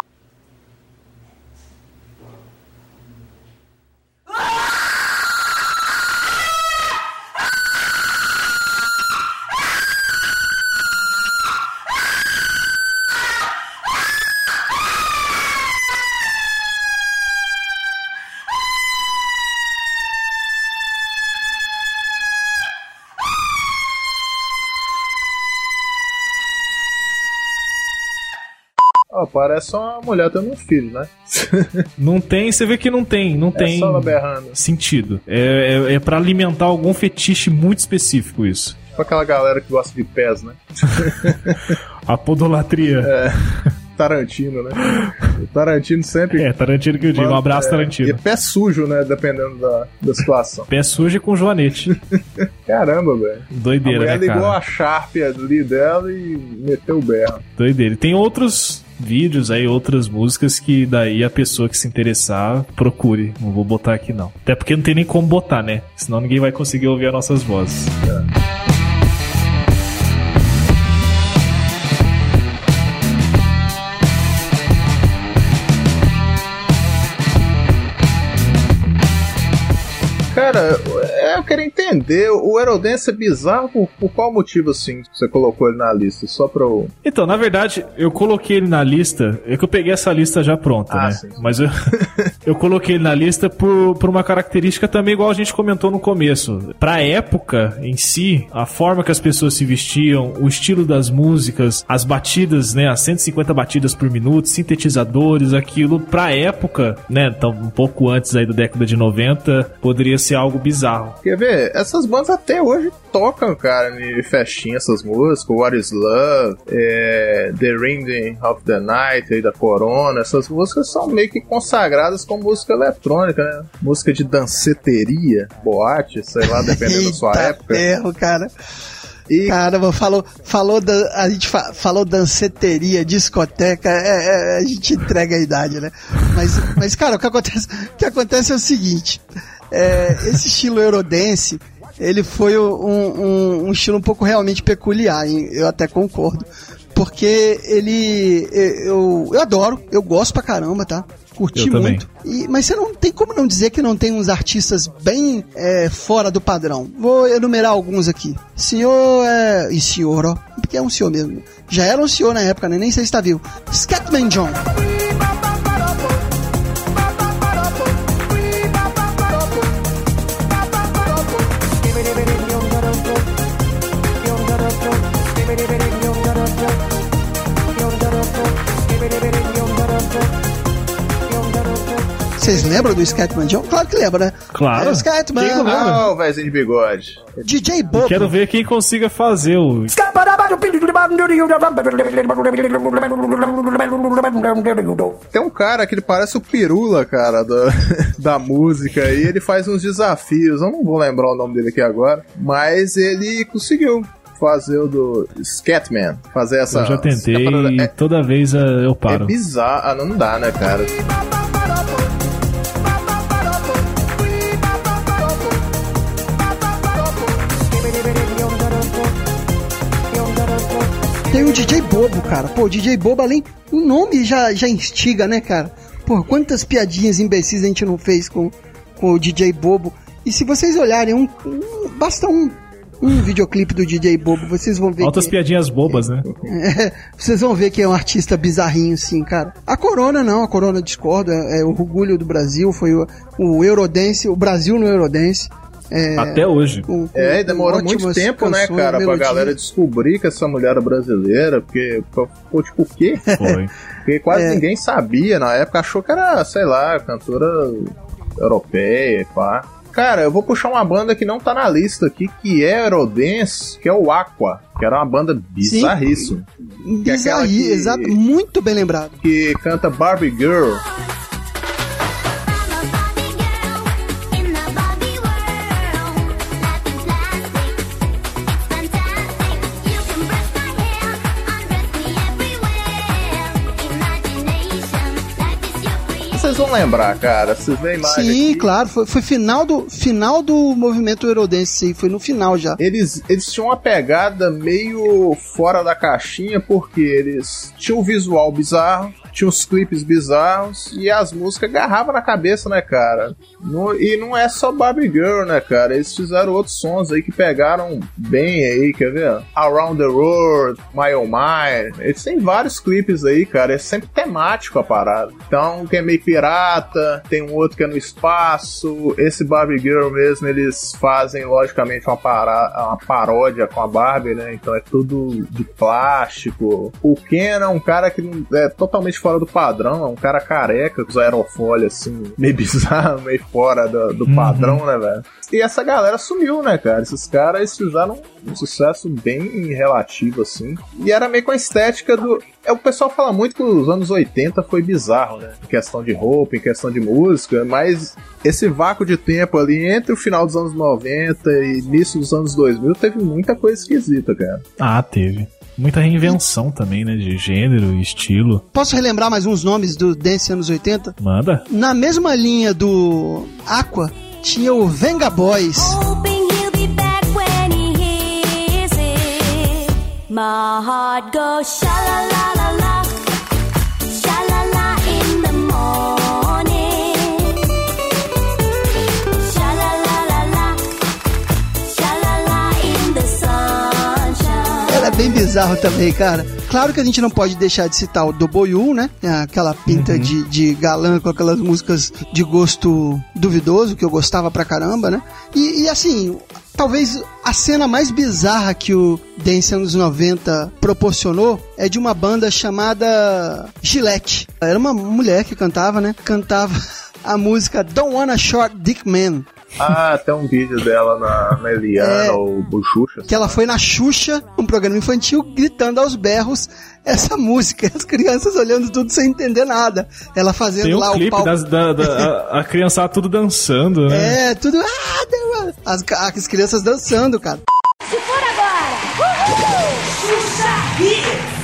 Oh, parece uma mulher tendo um filho, né? Não tem, você vê que não tem, não é tem só ela berrando. Sentido. É, é, é pra alimentar algum fetiche muito específico isso. Tipo aquela galera que gosta de pés, né? A podolatria. É. Tarantino, né? O Tarantino sempre... É, Tarantino que eu digo. Um abraço, é, Tarantino. E pé sujo, né? Dependendo da, da situação. Pé sujo e com joanete. Caramba, velho. Doideira, né, cara? A mulher ligou a Sharp ali dela e meteu o berro. Doideira. Tem outros vídeos aí, outras músicas que daí a pessoa que se interessar, procure. Não vou botar aqui, não. Até porque não tem nem como botar, né? Senão ninguém vai conseguir ouvir as nossas vozes. É. Cara, eu queria entender, o Eurodance é bizarro por, por qual motivo, assim, você colocou ele na lista? Só pra eu... Então, na verdade, eu coloquei ele na lista, é que eu peguei essa lista já pronta, ah, né? Sim, sim. Mas eu, eu coloquei ele na lista por, por uma característica também igual a gente comentou no começo. Pra época em si, a forma que as pessoas se vestiam, o estilo das músicas, as batidas, né? As cento e cinquenta batidas por minuto, sintetizadores, aquilo, pra época, né? Então, um pouco antes aí da década de noventa, poderia ser algo bizarro. Quer ver? Essas bandas até hoje tocam, cara, em festinha, essas músicas, What is Love, é, The Ring of the Night aí da Corona, essas músicas são meio que consagradas como música eletrônica, né? Música de danceteria, boate, sei lá, dependendo da sua época. Erro, cara. E... Caramba, falou, falou da, a gente fa, falou danceteria, discoteca, é, é, a gente entrega a idade, né? Mas, mas cara, o que acontece, o que acontece é o seguinte, é, esse estilo Eurodance, ele foi um, um, um estilo um pouco realmente peculiar, hein? Eu até concordo, porque ele, eu, eu adoro, eu gosto pra caramba, tá? Curti eu muito. E, mas você não tem como não dizer que não tem uns artistas bem é, fora do padrão. Vou enumerar alguns aqui. Senhor é... E senhor, ó. Porque é um senhor mesmo. Já era um senhor na época, né? Nem sei se tá vivo. Scatman John. Vocês lembram do Scatman John? Claro que lembra, né? Claro. É o Scatman. Quem não lembra? Ah, o vezinho de bigode. D J Bobo. Eu quero ver quem consiga fazer o... Tem um cara que ele parece o Pirula, cara, da, da música, e ele faz uns desafios. Eu não vou lembrar o nome dele aqui agora, mas ele conseguiu fazer o do Scatman, fazer essa... Eu já tentei e é, toda vez eu paro. É bizarro. Ah, não, não dá, né, cara? Tem o D J Bobo, cara. Pô, o D J Bobo, além... O nome já, já instiga, né, cara? Pô, quantas piadinhas imbecis a gente não fez com, com o D J Bobo. E se vocês olharem, um, um, basta um, um videoclipe do D J Bobo, vocês vão ver Altas que... piadinhas bobas, né? É, vocês vão ver que é um artista bizarrinho, sim, cara. A Corona não, a Corona discorda. É o orgulho do Brasil, foi o, o Eurodance, o Brasil no Eurodance. É, Até hoje. Com, com, é, e demorou muito tempo, canções, né, cara, melodia. pra galera descobrir que essa mulher era brasileira, porque ficou tipo o quê? Foi. Porque quase É. ninguém sabia na época, achou que era, sei lá, cantora europeia, pá. Cara, eu vou puxar uma banda que não tá na lista aqui, que é Eurodance, que é o Aqua, que era uma banda bizarríssima. Que é aquela Bizarri, que- exato, muito bem lembrado. Que canta Barbie Girl. Vocês vão lembrar, cara, vocês veem mais Sim, aqui. claro, foi, foi final, do, final do movimento Eurodance, sim, foi no final já. Eles, eles tinham uma pegada meio fora da caixinha, porque eles tinham um visual bizarro, tinham uns clipes bizarros, e as músicas agarravam na cabeça, né, cara? No, e não é só Barbie Girl, né, cara? Eles fizeram outros sons aí que pegaram bem aí, quer ver? Around the World, My Oh My. Eles têm vários clipes aí, cara, é sempre temático a parada. Então, que é meio pirata, tem um outro que é no espaço. Esse Barbie Girl mesmo, eles fazem, logicamente, uma, para, uma paródia com a Barbie, né? Então é tudo de plástico. O Ken é um cara que não, é totalmente fora do padrão, é um cara careca, com os aerofólios assim, meio bizarro, meio fora do, do Uhum. padrão, né, velho? E essa galera sumiu, né, cara? Esses caras fizeram um sucesso bem relativo, assim. E era meio com a estética do... É, o pessoal fala muito que os anos oitenta foi bizarro, né? Em questão de roupa, em questão de música, mas esse vácuo de tempo ali entre o final dos anos noventa e início dos anos dois mil teve muita coisa esquisita, cara. Ah, teve. Muita reinvenção também, né? De gênero e estilo. Posso relembrar mais uns nomes do Dance anos oitenta? Manda. Na mesma linha do Aqua, tinha o Venga Boys. Hoping he'll be back when he hears it. My heart goes sha la la la la, sha la la in the morning. Sha la la la la, sha la la in the sunshine. Era bem bizarro também, cara. Claro que a gente não pode deixar de citar o Doboyu, né? Aquela pinta Uhum. de, de galã com aquelas músicas de gosto duvidoso, que eu gostava pra caramba, né? E, e assim, talvez a cena mais bizarra que o Dance anos noventa proporcionou é de uma banda chamada Gillette. Era uma mulher que cantava, né? Cantava a música Don't Wanna Short Dick Man. Ah, tem um vídeo dela na, na Eliana É. ou Buchucha. Que ela foi na Xuxa, um programa infantil, gritando aos berros essa música. As crianças olhando tudo sem entender nada. Ela fazendo Tem um lá o clipe pau. das, da, da, a, a criançada tudo dançando, né? É, tudo. Ah, Deus, as, as crianças dançando, cara. Se for agora, uhul! Xuxa Hits!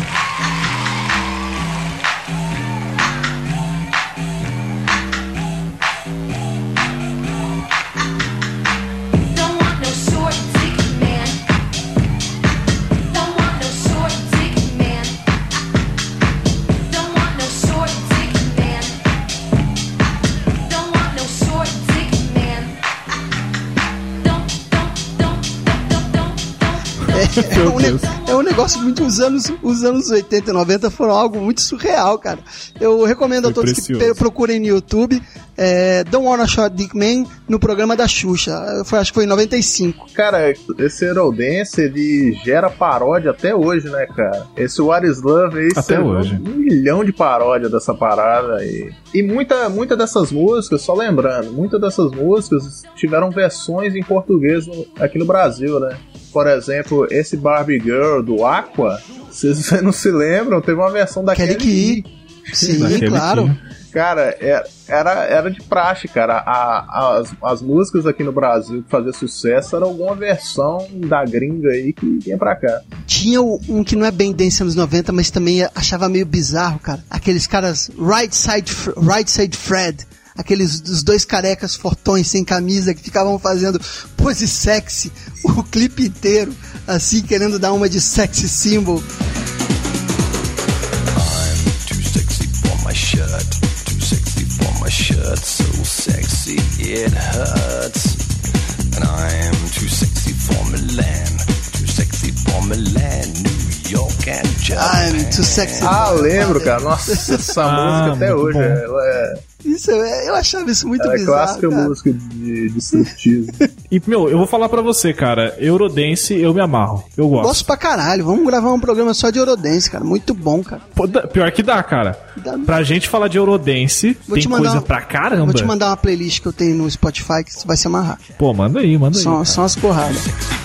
Don't want no short dick man. Don't want no short dick man. Don't want no short dick man. Don't want no short dick man. Don't, don't, don't, don't, don't, don't. É, um, ne- é um negócio muito. Os anos, os anos oitenta e noventa foram algo muito surreal, cara. Eu recomendo a Foi todos que precioso. pe- procurem no YouTube é, Don't Wanna Shot Dick Man no programa da Xuxa. Foi, acho que foi em noventa e cinco. Cara, esse Eurodance, ele gera paródia até hoje, né, cara? Esse What Is Love aí, até hoje. Um milhão de paródia dessa parada. E, e muita, muita dessas músicas, só lembrando, muitas dessas músicas tiveram versões em português no, aqui no Brasil, né? Por exemplo, esse Barbie Girl do Aqua, se vocês não se lembram, teve uma versão da Kelly Key. Sim, claro. Cara, era, era de praxe, cara. A, a, as, as músicas aqui no Brasil que faziam sucesso era alguma versão da gringa aí que vinha pra cá. Tinha um que não é bem dance anos noventa, mas também achava meio bizarro, cara. Aqueles caras Right Side, right side Fred. Aqueles dos dois carecas fortões sem camisa que ficavam fazendo pose sexy o clipe inteiro, assim, querendo dar uma de sexy symbol. I'm too sexy for my shirt, too sexy for my shirt, so sexy it hurts. And I'm too sexy for Milan, too sexy for Milan, New York and Japan. I'm too sexy. Ah, lembro, cara. Nossa, essa ah, música até hoje, ela é... Isso, eu achava isso muito é bizarro, clássica cara. Música de, de striptease. E, meu, eu vou falar pra você, cara, Eurodance eu me amarro, eu gosto. Gosto pra caralho, vamos gravar um programa só de Eurodance, cara, muito bom, cara. Pô, pior que dá, cara. Dá. Pra gente falar de Eurodance, vou tem coisa uma, pra caramba. Vou te mandar uma playlist que eu tenho no Spotify que você vai se amarrar. Pô, manda aí, manda só, aí. Só umas porradas.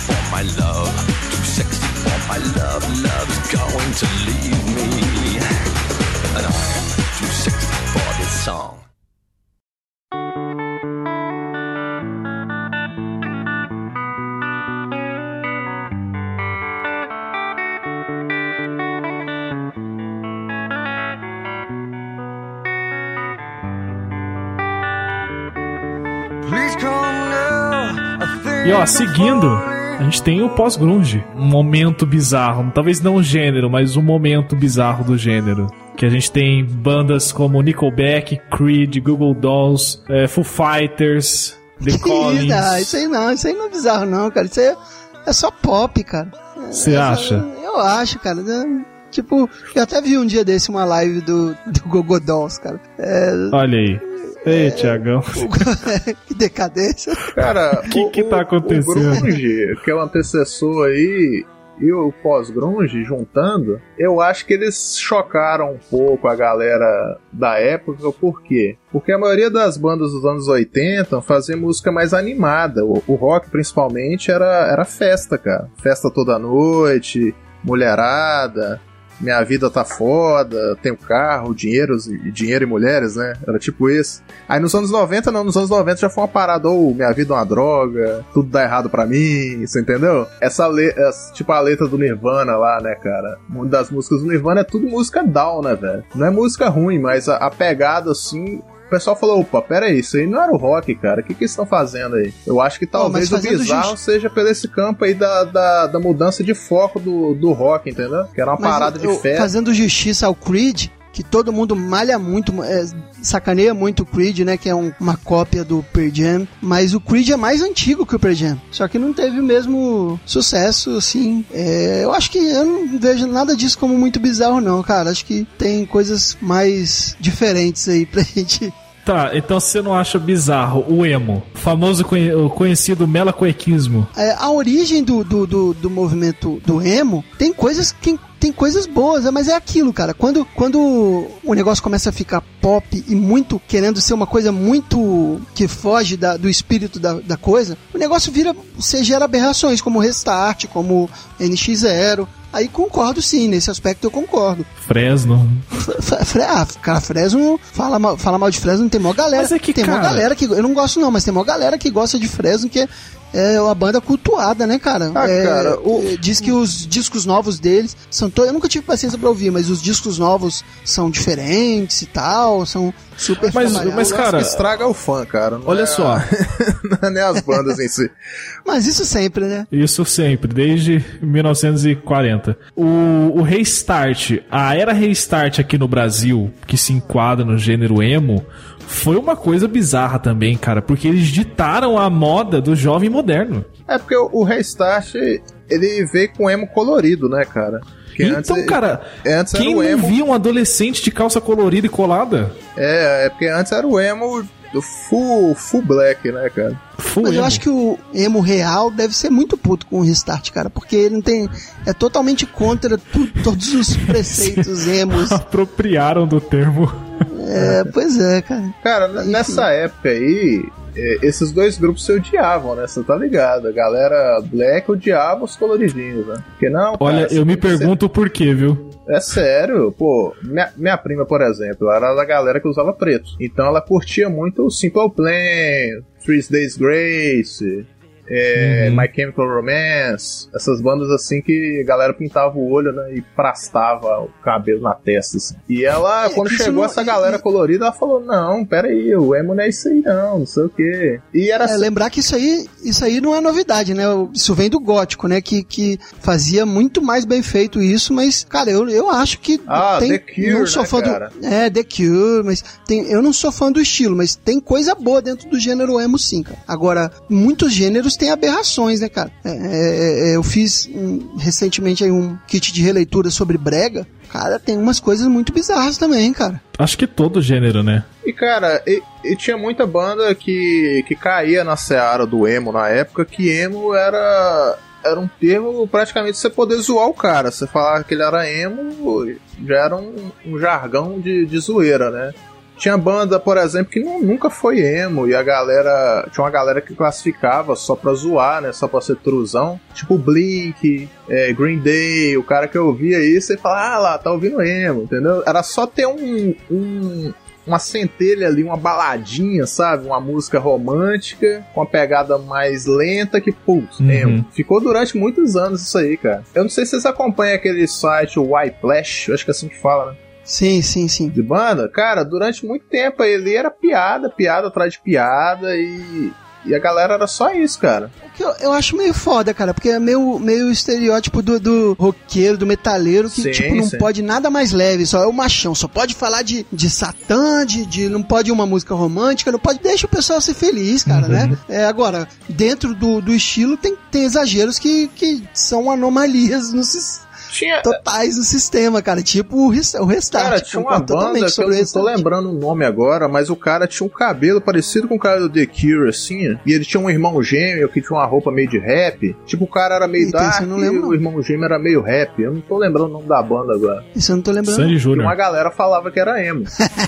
E ó, seguindo, a gente tem o pós-grunge, um momento bizarro, talvez não o gênero, mas um momento bizarro do gênero. Que a gente tem bandas como Nickelback, Creed, Google Dolls, é, Foo Fighters, The Collins. Não, isso aí não, isso aí não é bizarro não, cara, isso aí é, é só pop, cara. Você é, acha? Eu acho, cara, tipo, eu até vi um dia desse uma live do, do Google Dolls, cara. É, olha aí. Ei, é, Tiagão. Que decadência. Cara, o que que tá acontecendo? O grunge, que é o antecessor aí, e o pós-grunge juntando, eu acho que eles chocaram um pouco a galera da época. Por quê? Porque a maioria das bandas dos anos oitenta fazia música mais animada. O, o rock, principalmente, era, era festa, cara. Festa toda noite, mulherada... Minha vida tá foda, tenho carro, dinheiro, dinheiro e mulheres, né? Era tipo isso. Aí nos anos noventa, não, nos anos noventa já foi uma parada, ou oh, minha vida é uma droga, tudo dá errado pra mim, você entendeu? Essa letra, tipo a letra do Nirvana lá, né, cara? Uma das músicas do Nirvana é tudo música down, né, velho? Não é música ruim, mas a, a pegada, assim... O pessoal falou, opa, pera aí, isso aí não era o rock, cara, o que que eles estão fazendo aí? Eu acho que talvez oh, o bizarro just... seja pelo esse campo aí da, da, da mudança de foco do, do rock, entendeu? Que era uma mas parada eu, de fé. Fazendo justiça ao Creed, que todo mundo malha muito, é, sacaneia muito o Creed, né, que é um, uma cópia do Pearl Jam, mas o Creed é mais antigo que o Pearl Jam, só que não teve o mesmo sucesso, assim. É, eu acho que eu não vejo nada disso como muito bizarro não, cara, acho que tem coisas mais diferentes aí pra gente... Tá, então você não acha bizarro o emo, o famoso o conhecido melacuequismo? É, a origem do, do, do, do movimento do emo tem coisas que... Tem coisas boas, mas é aquilo, cara. Quando, quando o negócio começa a ficar pop e muito querendo ser uma coisa muito que foge da, do espírito da, da coisa, o negócio vira, você gera aberrações, como Restart, como N X Zero. Aí concordo sim, nesse aspecto eu concordo. Fresno. Fre, ah, cara, Fresno, fala mal, fala mal de Fresno, não tem mó galera. Mas é que, tem cara... mó galera que, eu não gosto não, mas tem mó galera que gosta de Fresno, que é, é uma banda cultuada, né, cara? Ah, é, cara, o... diz que os discos novos deles são todos, eu nunca tive paciência pra ouvir, mas os discos novos são diferentes e tal, são super mas, mas cara, estraga o fã, cara. Olha é, só. Não é nem as bandas em si. Mas isso sempre, né? Isso sempre, desde mil novecentos e quarenta. O, o Restart, a era Restart aqui no Brasil, que se enquadra no gênero emo, foi uma coisa bizarra também, cara, porque eles ditaram a moda do jovem moderno. É porque o, o Restart, ele veio com emo colorido, né, cara? Porque então, antes, cara, antes quem era o emo... não via um adolescente de calça colorida e colada? É, é porque antes era o emo do full, full black, né, cara? Full Mas emo. Eu acho que o emo real deve ser muito puto com o Restart, cara, porque ele não tem... É totalmente contra tu, todos os preceitos emos. Apropriaram do termo. É, pois é, cara. Cara, Enfim. nessa época aí... Esses dois grupos se odiavam, né? Você tá ligado? A galera black odiava os coloridinhos, né? Porque não, Olha, cara, eu me pergunto por quê, viu? É sério, pô. Minha, minha prima, por exemplo, era da galera que usava preto. Então ela curtia muito o Simple Plan, Three Days Grace... É, uhum. My Chemical Romance, essas bandas assim que a galera pintava o olho, né, e prastava o cabelo na testa, assim. E ela, é, quando chegou não, essa galera é, colorida, ela falou, não, peraí, o emo não é isso aí não, não sei o quê. E era é, assim... lembrar que isso aí, isso aí não é novidade, né, isso vem do gótico, né, que, que fazia muito mais bem feito isso, mas, cara, eu, eu acho que ah, tem... The Cure, não sou né, fã cara? Do, é, The Cure, mas tem, eu não sou fã do estilo, mas tem coisa boa dentro do gênero emo sim, cara. Agora, muitos gêneros tem aberrações, né, cara? É, é, é, eu fiz um, recentemente aí um kit de releitura sobre brega. Cara, tem umas coisas muito bizarras também, cara. Acho que todo gênero, né? E, cara, e, e tinha muita banda que, que caía na seara do emo na época, que emo era... Era um termo praticamente você poder zoar o cara. Você falar que ele era emo, já era um, um jargão de, de zoeira, né? Tinha banda, por exemplo, que não, nunca foi emo, e a galera... Tinha uma galera que classificava só pra zoar, né? Só pra ser truzão. Tipo Blink, é, Green Day, o cara que ouvia isso e fala, ah lá, tá ouvindo emo, entendeu? Era só ter um... um uma centelha ali, uma baladinha, sabe? Uma música romântica, com uma pegada mais lenta que, putz, uhum. emo. Ficou durante muitos anos isso aí, cara. Eu não sei se vocês acompanham aquele site, o Whiplash, eu acho que é assim que fala, né? Sim, sim, sim. De banda, cara, durante muito tempo ele era piada, piada atrás de piada e, e a galera era só isso, cara. O que eu, eu acho meio foda, cara, porque é meio, meio estereótipo do, do roqueiro, do metaleiro, que sim, tipo, não sim. pode nada mais leve, só é o machão, só pode falar de, de Satã, de, de não pode uma música romântica, não pode, deixa o pessoal ser feliz, cara, uhum. né? É, agora, dentro do, do estilo tem, tem exageros que, que são anomalias no sistema. Tinha... totais no sistema, cara, tipo o Restart. Cara, tinha uma banda que eu não tô lembrando o nome agora, mas o cara tinha um cabelo parecido com o cara do The Cure, assim, e ele tinha um irmão gêmeo que tinha uma roupa meio de rap. Tipo, o cara era meio Eita, dark e o irmão gêmeo era meio rap. Eu não tô lembrando o nome da banda agora. Isso eu não tô lembrando. Sandy Júnior. Uma galera falava que era emo.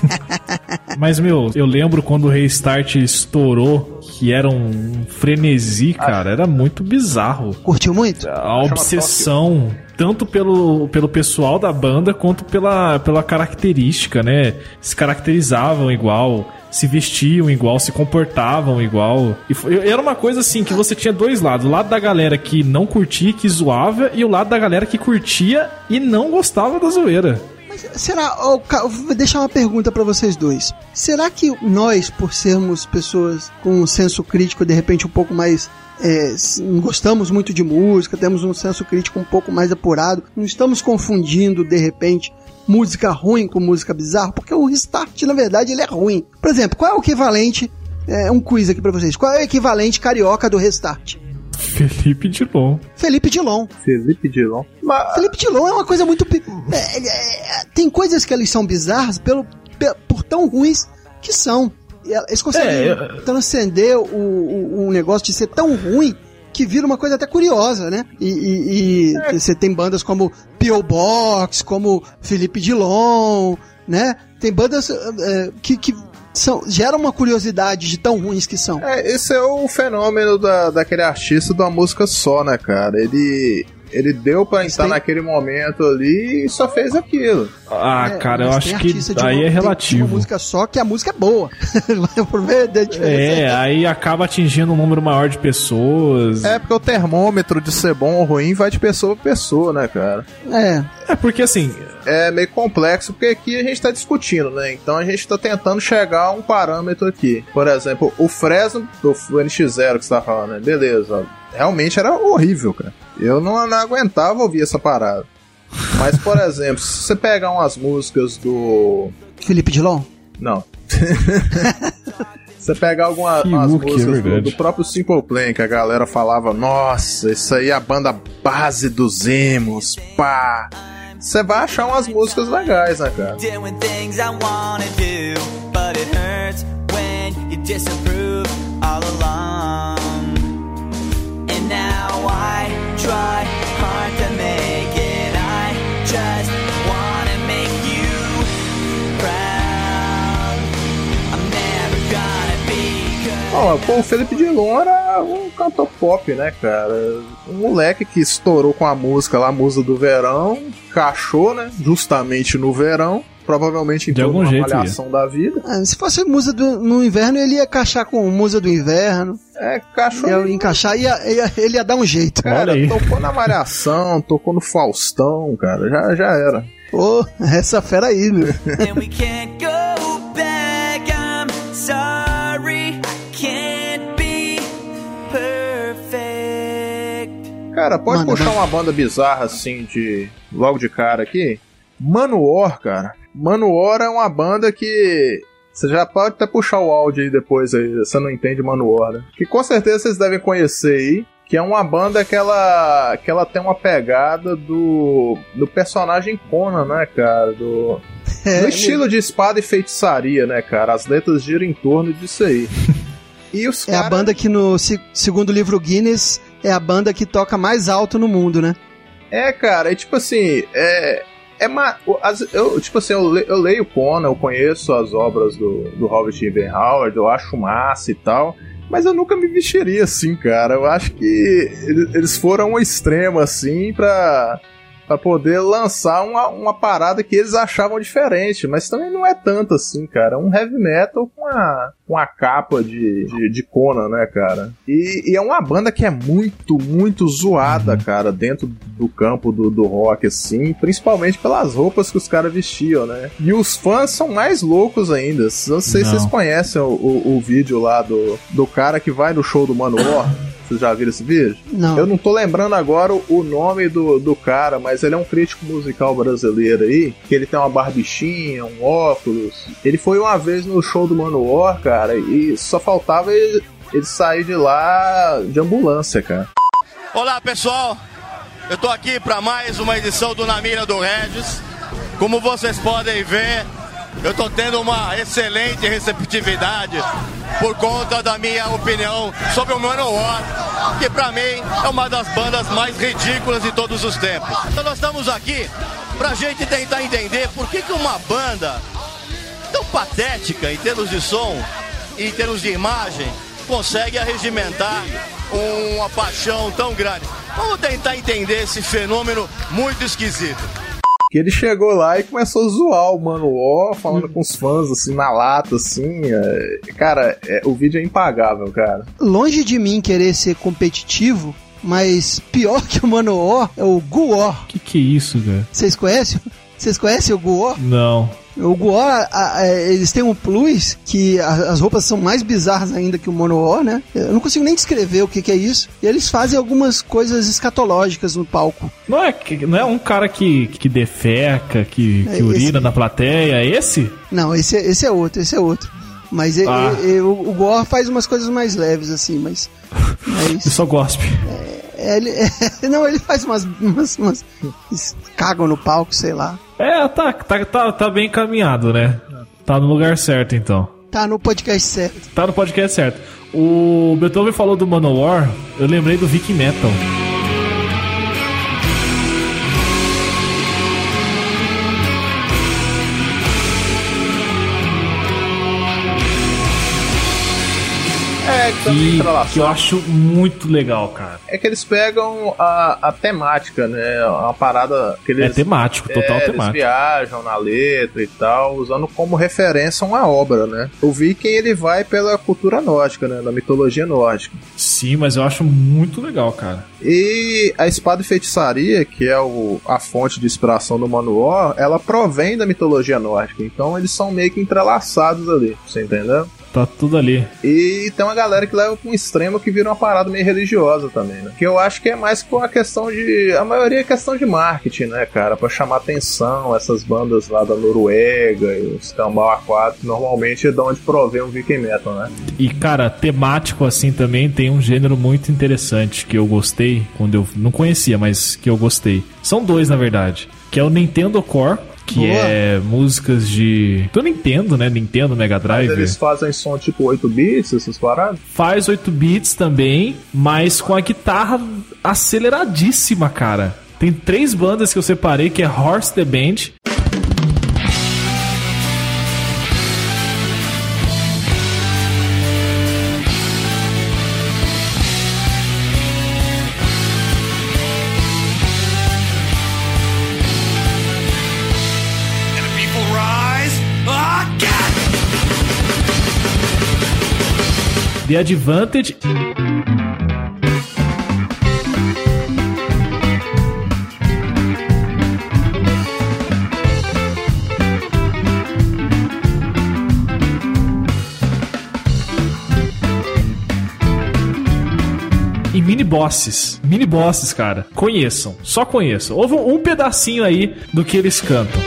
Mas, meu, eu lembro quando o Restart estourou, que era um frenesi, cara, era muito bizarro. Curtiu muito? A obsessão... tanto pelo, pelo pessoal da banda quanto pela, pela característica, né? Se caracterizavam igual, se vestiam igual, se comportavam igual. E foi, era uma coisa assim que você tinha dois lados: o lado da galera que não curtia, que zoava, e o lado da galera que curtia e não gostava da zoeira. Mas será, oh, vou deixar uma pergunta pra vocês dois. Será que nós, por sermos pessoas com um senso crítico de repente um pouco mais... É, gostamos muito de música, temos um senso crítico um pouco mais apurado, não estamos confundindo de repente música ruim com música bizarra, porque o Restart na verdade ele é ruim. Por exemplo, qual é o equivalente, é um quiz aqui pra vocês, qual é o equivalente carioca do Restart? Felipe Dilon. Felipe Dilon. Felipe Dilon. Mas... Felipe Dilon é uma coisa muito... É, é, tem coisas que eles são bizarras pelo, por tão ruins que são. Eles conseguem é, eu... transcender o, o, o negócio de ser tão ruim que vira uma coisa até curiosa, né? E, e, e é. você tem bandas como P O. Box, como Felipe Dilon, né? Tem bandas é, que, que são, geram uma curiosidade de tão ruins que são. É, esse é o fenômeno da, daquele artista de uma música só, né, cara? Ele... Ele deu pra estar tem... naquele momento ali e só fez aquilo. Ah, é, cara, eu acho que uma, aí é relativo. Tem uma música só que a música é boa. É, aí acaba atingindo um número maior de pessoas. É, porque o termômetro de ser bom ou ruim vai de pessoa pra pessoa, né, cara? É. É porque assim... É meio complexo, porque aqui a gente tá discutindo, né? Então a gente tá tentando chegar a um parâmetro aqui. Por exemplo, o Fresno, o N X zero que você tá falando, né? Beleza, realmente era horrível, cara. Eu não, não aguentava ouvir essa parada. Mas, por exemplo, se você pegar umas músicas do... Felipe Dilon? Não. Você pegar algumas músicas do, do próprio Simple Plan, que a galera falava, nossa, isso aí é a banda base dos emos, pá... você vai achar umas músicas legais, né, cara? Doing things I wanna do, but it hurts when you disapprove all along. And now I try hard to make it. I just wanna make you proud. I'm never gonna be good. Ó, pô, o Felipe Dilon era um cantor pop, né, cara? Um moleque que estourou com a música lá, a Musa do Verão, encaixou, né, justamente no verão. Provavelmente de algum uma jeito malhação da vida. Ah, se fosse musa do, no inverno, ele ia encaixar com musa do inverno. É, encaixou. Ia encaixar, ia, ia, ele ia dar um jeito. Cara, Olha aí. tocou na Malhação, tocou no Faustão, cara, já, já era. Pô, essa fera aí, meu. And we can't go back. I'm sorry, can't be perfect. Cara, pode Manda, puxar manda. uma banda bizarra assim de logo de cara aqui? Manowar, cara. Manowar é uma banda que você já pode até puxar o áudio aí depois aí, você não entende Manowar, né? Que com certeza vocês devem conhecer aí, que é uma banda que ela, que ela tem uma pegada do, do personagem Conan, né, cara? Do, É, do estilo de espada e feitiçaria, né, cara? As letras giram em torno disso aí. E os É cara... a banda que no se- segundo o livro Guinness é a banda que toca mais alto no mundo, né? É, cara, é tipo assim, é... É ma... as- eu, tipo assim, eu, le... eu leio Conan, eu conheço as obras do, do Robert Evan Howard, eu acho massa e tal, mas eu nunca me vestiria assim, cara. Eu acho que ele- eles foram ao extremo, assim, pra, pra poder lançar uma, uma parada que eles achavam diferente, mas também não é tanto assim, cara. É um heavy metal com a, com a capa de, de, de Conan, né, cara? E, e é uma banda que é muito, muito zoada, cara, dentro do campo do, do rock, assim, principalmente pelas roupas que os caras vestiam, né? E os fãs são mais loucos ainda. Não sei se Não. vocês conhecem o, o, o vídeo lá do, do cara que vai no show do Manowar. Vocês já viram esse vídeo? Não. Eu não tô lembrando agora o, o nome do, do cara, mas ele é um crítico musical brasileiro aí, que ele tem uma barbichinha, um óculos. Ele foi uma vez no show do Manowar, cara, e só faltava ele, ele sair de lá de ambulância, cara. Olá, pessoal, eu tô aqui para mais uma edição do Na Mira do Regis. Como vocês podem ver, eu tô tendo uma excelente receptividade por conta da minha opinião sobre o Manowar, que pra mim é uma das bandas mais ridículas de todos os tempos. Então nós estamos aqui pra gente tentar entender por que que uma banda tão patética em termos de som e em termos de imagem consegue arregimentar uma paixão tão grande. Vamos tentar entender esse fenômeno muito esquisito. Que ele chegou lá e começou a zoar o Manowar, falando com os fãs, assim, na lata, assim. É... Cara, é... o vídeo é impagável, cara. Longe de mim querer ser competitivo, mas pior que o Manowar é o Guor. Que que é isso, cara? Vocês conhecem? Vocês conhecem o Guor? Não. O Guor, a- a- eles têm um plus que a- as roupas são mais bizarras ainda que o Manowar, né? Eu não consigo nem descrever o que, que é isso. E eles fazem algumas coisas escatológicas no palco. Não é, que- não é um cara que, que defeca, que, É que urina esse. na plateia, é esse? Não, esse, é- esse é outro, esse é outro. Mas e- Ah. e- e- o, o Guor faz umas coisas mais leves, assim, mas... Ele mas só gospe. é, ele, é, não, ele faz umas, umas, umas... Eles cagam no palco, sei lá. É, tá, tá, tá, tá bem encaminhado, né? Tá no lugar certo, então. Tá no podcast certo. Tá no podcast certo. O Beethoven falou do Manowar, eu lembrei do Viking Metal. É, que também Que, entrelaçado. que eu acho muito legal, cara. É que eles pegam a, a temática, né? Uma parada que eles... É temático, total é, eles temático. viajam na letra e tal, usando como referência uma obra, né? O Viking, ele vai pela cultura nórdica, né? Da mitologia nórdica. Sim, mas eu acho muito legal, cara. E a espada e feitiçaria, que é o, a fonte de inspiração do Manowar, ela provém da mitologia nórdica. Então eles são meio que entrelaçados ali, você entendeu? Tá tudo ali. E tem uma galera que leva pra um extremo que vira uma parada meio religiosa também, né? Que eu acho que é mais por uma questão de... A maioria é questão de marketing, né, cara? Pra chamar atenção, essas bandas lá da Noruega e os Cambau Aquático, que normalmente é de onde provém um Viking Metal, né? E, cara, temático assim também tem um gênero muito interessante que eu gostei, quando eu não conhecia, mas que eu gostei. São dois, na verdade. Que é o Nintendo Core, que Boa. é músicas de... do Nintendo, né? Nintendo Mega Drive. Mas eles fazem som tipo oito bits, essas paradas? Faz oito bits também, mas com a guitarra aceleradíssima, cara. Tem três bandas que eu separei, que é Horse the Band, The Advantage e Mini Bosses. Mini Bosses, cara. Conheçam. Só conheçam. Houve um pedacinho aí do que eles cantam.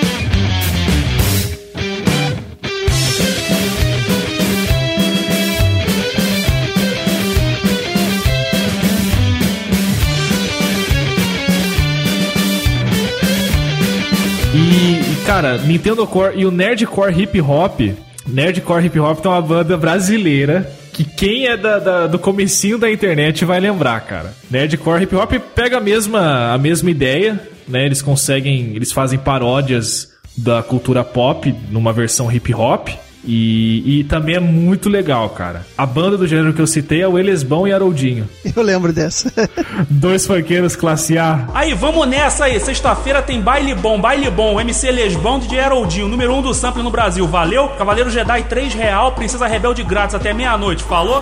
E, cara, Nintendo Core e o Nerdcore Hip Hop. Nerdcore Hip Hop tem uma banda brasileira que quem é da, da, do comecinho da internet vai lembrar, cara. Nerdcore Hip Hop pega a mesma, a mesma ideia, né? Eles conseguem, eles fazem paródias da cultura pop numa versão hip hop. E, e também é muito legal, cara. A banda do gênero que eu citei é o Elesbão e Haroldinho. Eu lembro dessa. Dois funkeiros classe A. Aí, vamos nessa aí. Sexta-feira tem Baile Bom, Baile Bom, M C Elesbão de Haroldinho, número um do sample no Brasil. Valeu? Cavaleiro Jedi três real, Princesa Rebelde grátis até meia-noite. Falou?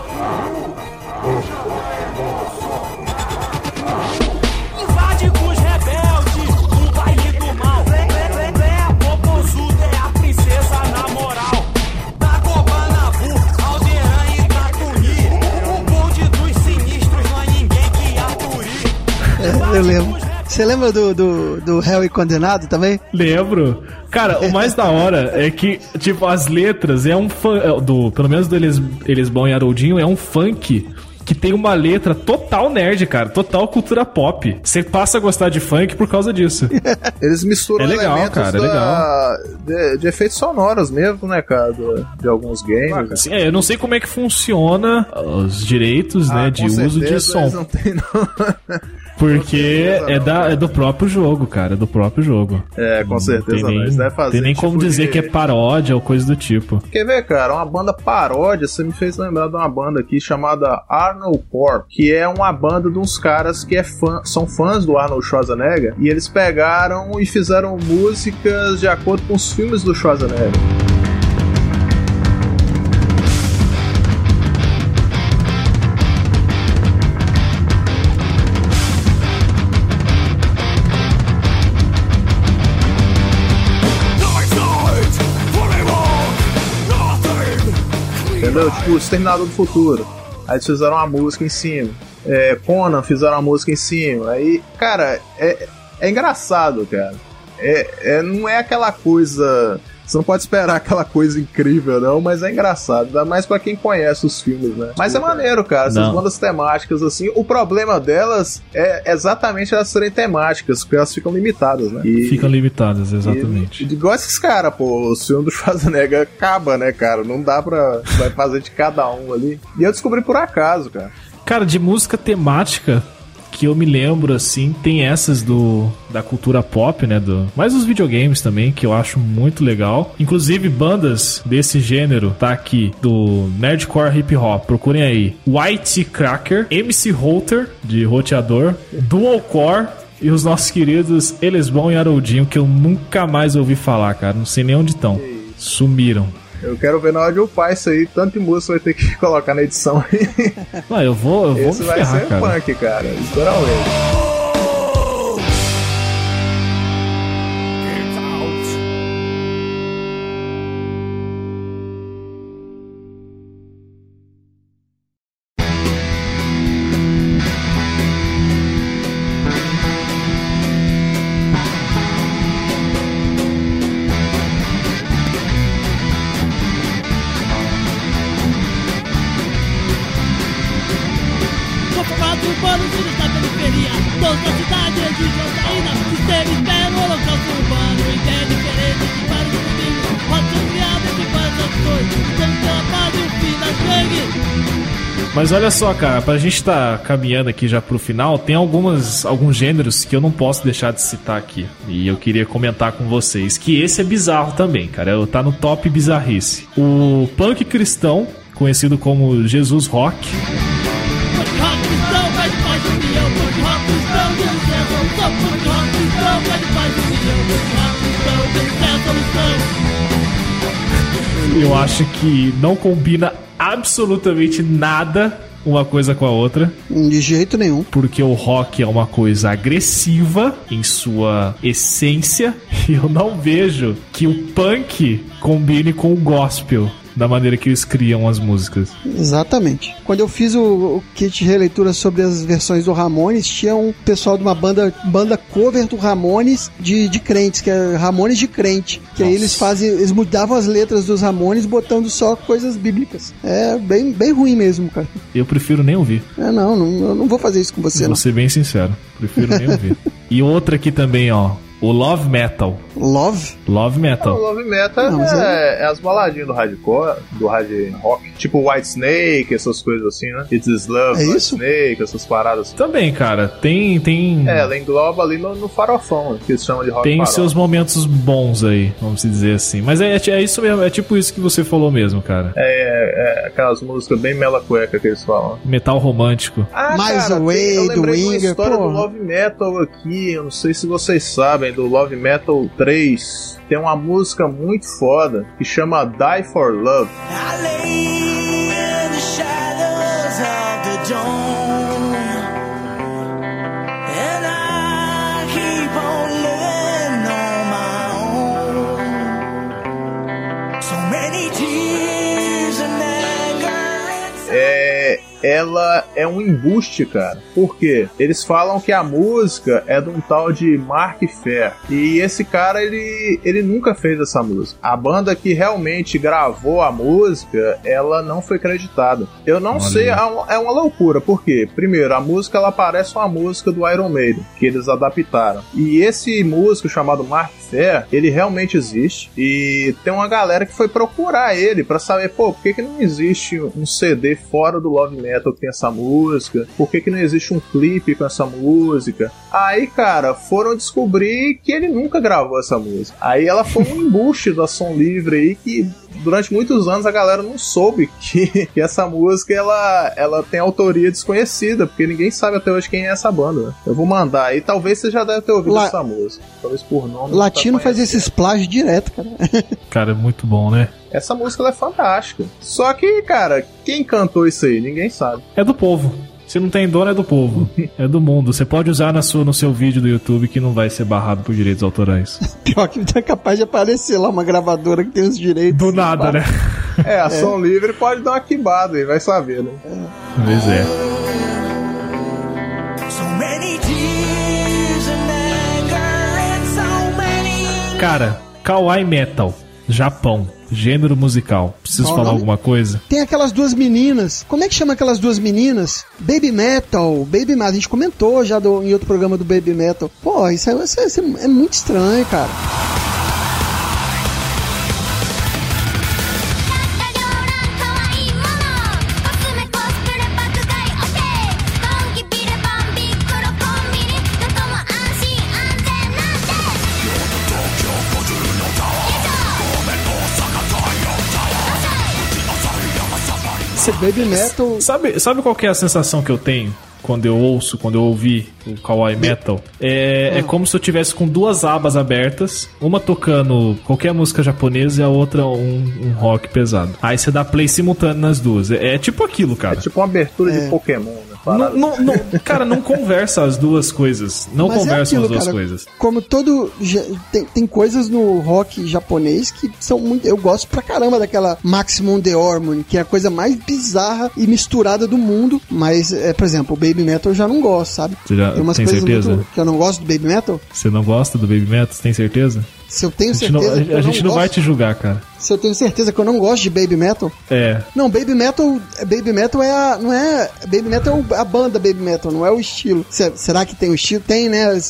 Invade com os rebeldes, um baile do mal. É a popozuda, é a princesa na moral. Eu lembro. Você lembra do, do, do Réu e Condenado também? Lembro. Cara, o mais da hora é que, tipo, as letras é um fã. Do, pelo menos do Eles, Elesbão e Haroldinho, é um funk que tem uma letra total nerd, cara. Total cultura pop. Você passa a gostar de funk por causa disso. Eles misturam é legal, elementos cara, da, é legal. De, de efeitos sonoros mesmo, né, cara? De, de alguns games. Assim, é, eu não sei como é que funciona os direitos, ah, né, de uso de som. Não tem, não. Porque é, da, é do próprio jogo, cara. É do próprio jogo. É, com certeza não. Tem nem, deve fazer tem nem tipo como dizer de... que é paródia ou coisa do tipo. Quer ver, cara? Uma banda paródia, você me fez lembrar de uma banda aqui chamada Arnold Core, que é uma banda de uns caras que é fã, são fãs do Arnold Schwarzenegger, e eles pegaram e fizeram músicas de acordo com os filmes do Schwarzenegger. Entendeu? Tipo, Exterminador do Futuro. Aí eles fizeram uma música em cima. É, Conan fizeram uma música em cima. Aí, cara, é, é engraçado, cara. É, é, não é aquela coisa... Você não pode esperar aquela coisa incrível, não, mas é engraçado. Ainda mais pra quem conhece os filmes, né? Mas é maneiro, cara. Essas não. bandas temáticas, assim, o problema delas é exatamente elas serem temáticas, porque elas ficam limitadas, né? E, ficam limitadas, exatamente. E, igual esses caras, pô, o filme do Schwarzenegger acaba, né, cara? Não dá pra vai fazer de cada um ali. E eu descobri por acaso, cara. Cara, de música temática... que eu me lembro, assim, tem essas do da cultura pop, né, do, mas os videogames também, que eu acho muito legal. Inclusive, bandas desse gênero, tá aqui, do Nerdcore Hip Hop, procurem aí. White Cracker, M C Holter, de roteador, Dual Core e os nossos queridos Elesbão e Haroldinho, que eu nunca mais ouvi falar, cara, não sei nem onde estão. Sumiram. Eu quero ver na hora de upar isso aí, tanto de música vai ter que colocar na edição aí. Ah, eu vou, eu vou Esse vai ferrar, ser cara. punk, cara, literalmente. Mas olha só, cara, pra gente tá caminhando aqui já pro final, tem algumas, alguns gêneros que eu não posso deixar de citar aqui. E eu queria comentar com vocês que esse é bizarro também, cara. Tá no top bizarrice. O punk cristão, conhecido como Jesus Rock. Eu acho que não combina absolutamente nada uma coisa com a outra. De jeito nenhum. Porque o rock é uma coisa agressiva em sua essência. E eu não vejo que o punk combine com o gospel da maneira que eles criam as músicas. Exatamente. Quando eu fiz o, o kit de releitura sobre as versões do Ramones, tinha um pessoal de uma banda, banda cover do Ramones de, de crentes, que é Ramones de crente. Que Nossa. Aí eles fazem, eles mudavam as letras dos Ramones botando só coisas bíblicas. É bem, bem ruim mesmo, cara. Eu prefiro nem ouvir. É, não, não, eu não vou fazer isso com você, vou não. Vou ser bem sincero. Prefiro nem ouvir. E outra aqui também, ó. O Love Metal. Love? Love Metal. Não, Love Metal não, é, é... é as baladinhas do hardcore, do hard rock. Tipo White Snake, essas coisas assim, né? It Is Love, é White isso? Snake, essas paradas assim. Também, cara. Tem... tem... É, ela engloba ali no, no farofão, que eles chamam de rock Tem farofa. Seus momentos bons aí, vamos dizer assim. Mas é, é isso mesmo, é tipo isso que você falou mesmo, cara. É, é aquelas músicas bem mela cueca que eles falam. Metal romântico. Ah, Mais cara, Away, eu do lembrei de uma Winger, história porra. do Love Metal aqui, eu não sei se vocês sabem, do Love Metal três. Tem uma música muito foda que chama Die For Love. I lay in the shadows of the dawn, and I keep on living on my own. So many tears and anger. É... Ela é um embuste, cara. Por quê? Eles falam que a música é de um tal de Mark Fair. E esse cara, ele, ele nunca fez essa música. A banda que realmente gravou a música, ela não foi creditada. Eu não Olha. sei, é uma, é uma loucura. Por quê? Primeiro, a música, ela parece uma música do Iron Maiden, que eles adaptaram. E esse músico chamado Mark Fair, ele realmente existe. E tem uma galera que foi procurar ele pra saber, pô, por que, que não existe um C D fora do Love Metal que tem essa música? Por que que não existe um clipe com essa música? Aí, cara, foram descobrir que ele nunca gravou essa música. Aí ela foi um embuste da Som Livre aí que durante muitos anos a galera não soube que, que essa música ela, ela tem autoria desconhecida, porque ninguém sabe até hoje quem é essa banda, né? Eu vou mandar aí, talvez você já deve ter ouvido La... essa música. Talvez por nome. Latino tá faz esses plágios direto, cara. Cara, é muito bom, né? Essa música ela é fantástica. Só que, cara, quem cantou isso aí? Ninguém sabe. É do povo. Se não tem dono, é do povo. É do mundo. Você pode usar na sua, no seu vídeo do YouTube que não vai ser barrado por direitos autorais. Pior que é capaz de aparecer lá uma gravadora que tem os direitos. Do nada, né? É, a é. Som Livre pode dar uma quibada aí, vai saber, né? É. Pois é. Cara, Kawaii Metal, Japão. Gênero musical. Preciso Qual falar nome? Alguma coisa? Tem aquelas duas meninas. Como é que chama aquelas duas meninas? Baby Metal. Baby Metal. A gente comentou já do, em outro programa do Baby Metal. Pô, isso, é, isso, é, isso é muito estranho, cara. Baby Metal. Sabe, sabe qual que é a sensação que eu tenho quando eu ouço, quando eu ouvi o Kawaii Metal? É, hum. é como se eu tivesse com duas abas abertas, uma tocando qualquer música japonesa e a outra um, um rock pesado. Aí você dá play simultâneo nas duas. É, é tipo aquilo, cara. É tipo uma abertura é. de Pokémon, né? Não, não, não, cara, não conversa as duas coisas. Não Mas conversam é aquilo, as duas cara, coisas. Como todo. Tem, tem coisas no rock japonês que são muito. Eu gosto pra caramba daquela Maximum The Hormone, que é a coisa mais bizarra e misturada do mundo. Mas, é, por exemplo, o Baby Metal eu já não gosto, sabe? Você já tem umas tem coisas certeza? Muito, que eu não gosto do Baby Metal. Você não gosta do Baby Metal? Você tem certeza? Se eu tenho a gente certeza. Não, a, que eu a gente não, não vai gosto, te julgar, cara. Se eu tenho certeza que eu não gosto de Baby Metal. É. Não, Baby Metal. Baby Metal é a. Não é. Baby Metal é a banda Baby Metal, não é o estilo. Se, será que tem o estilo? Tem, né? Esses,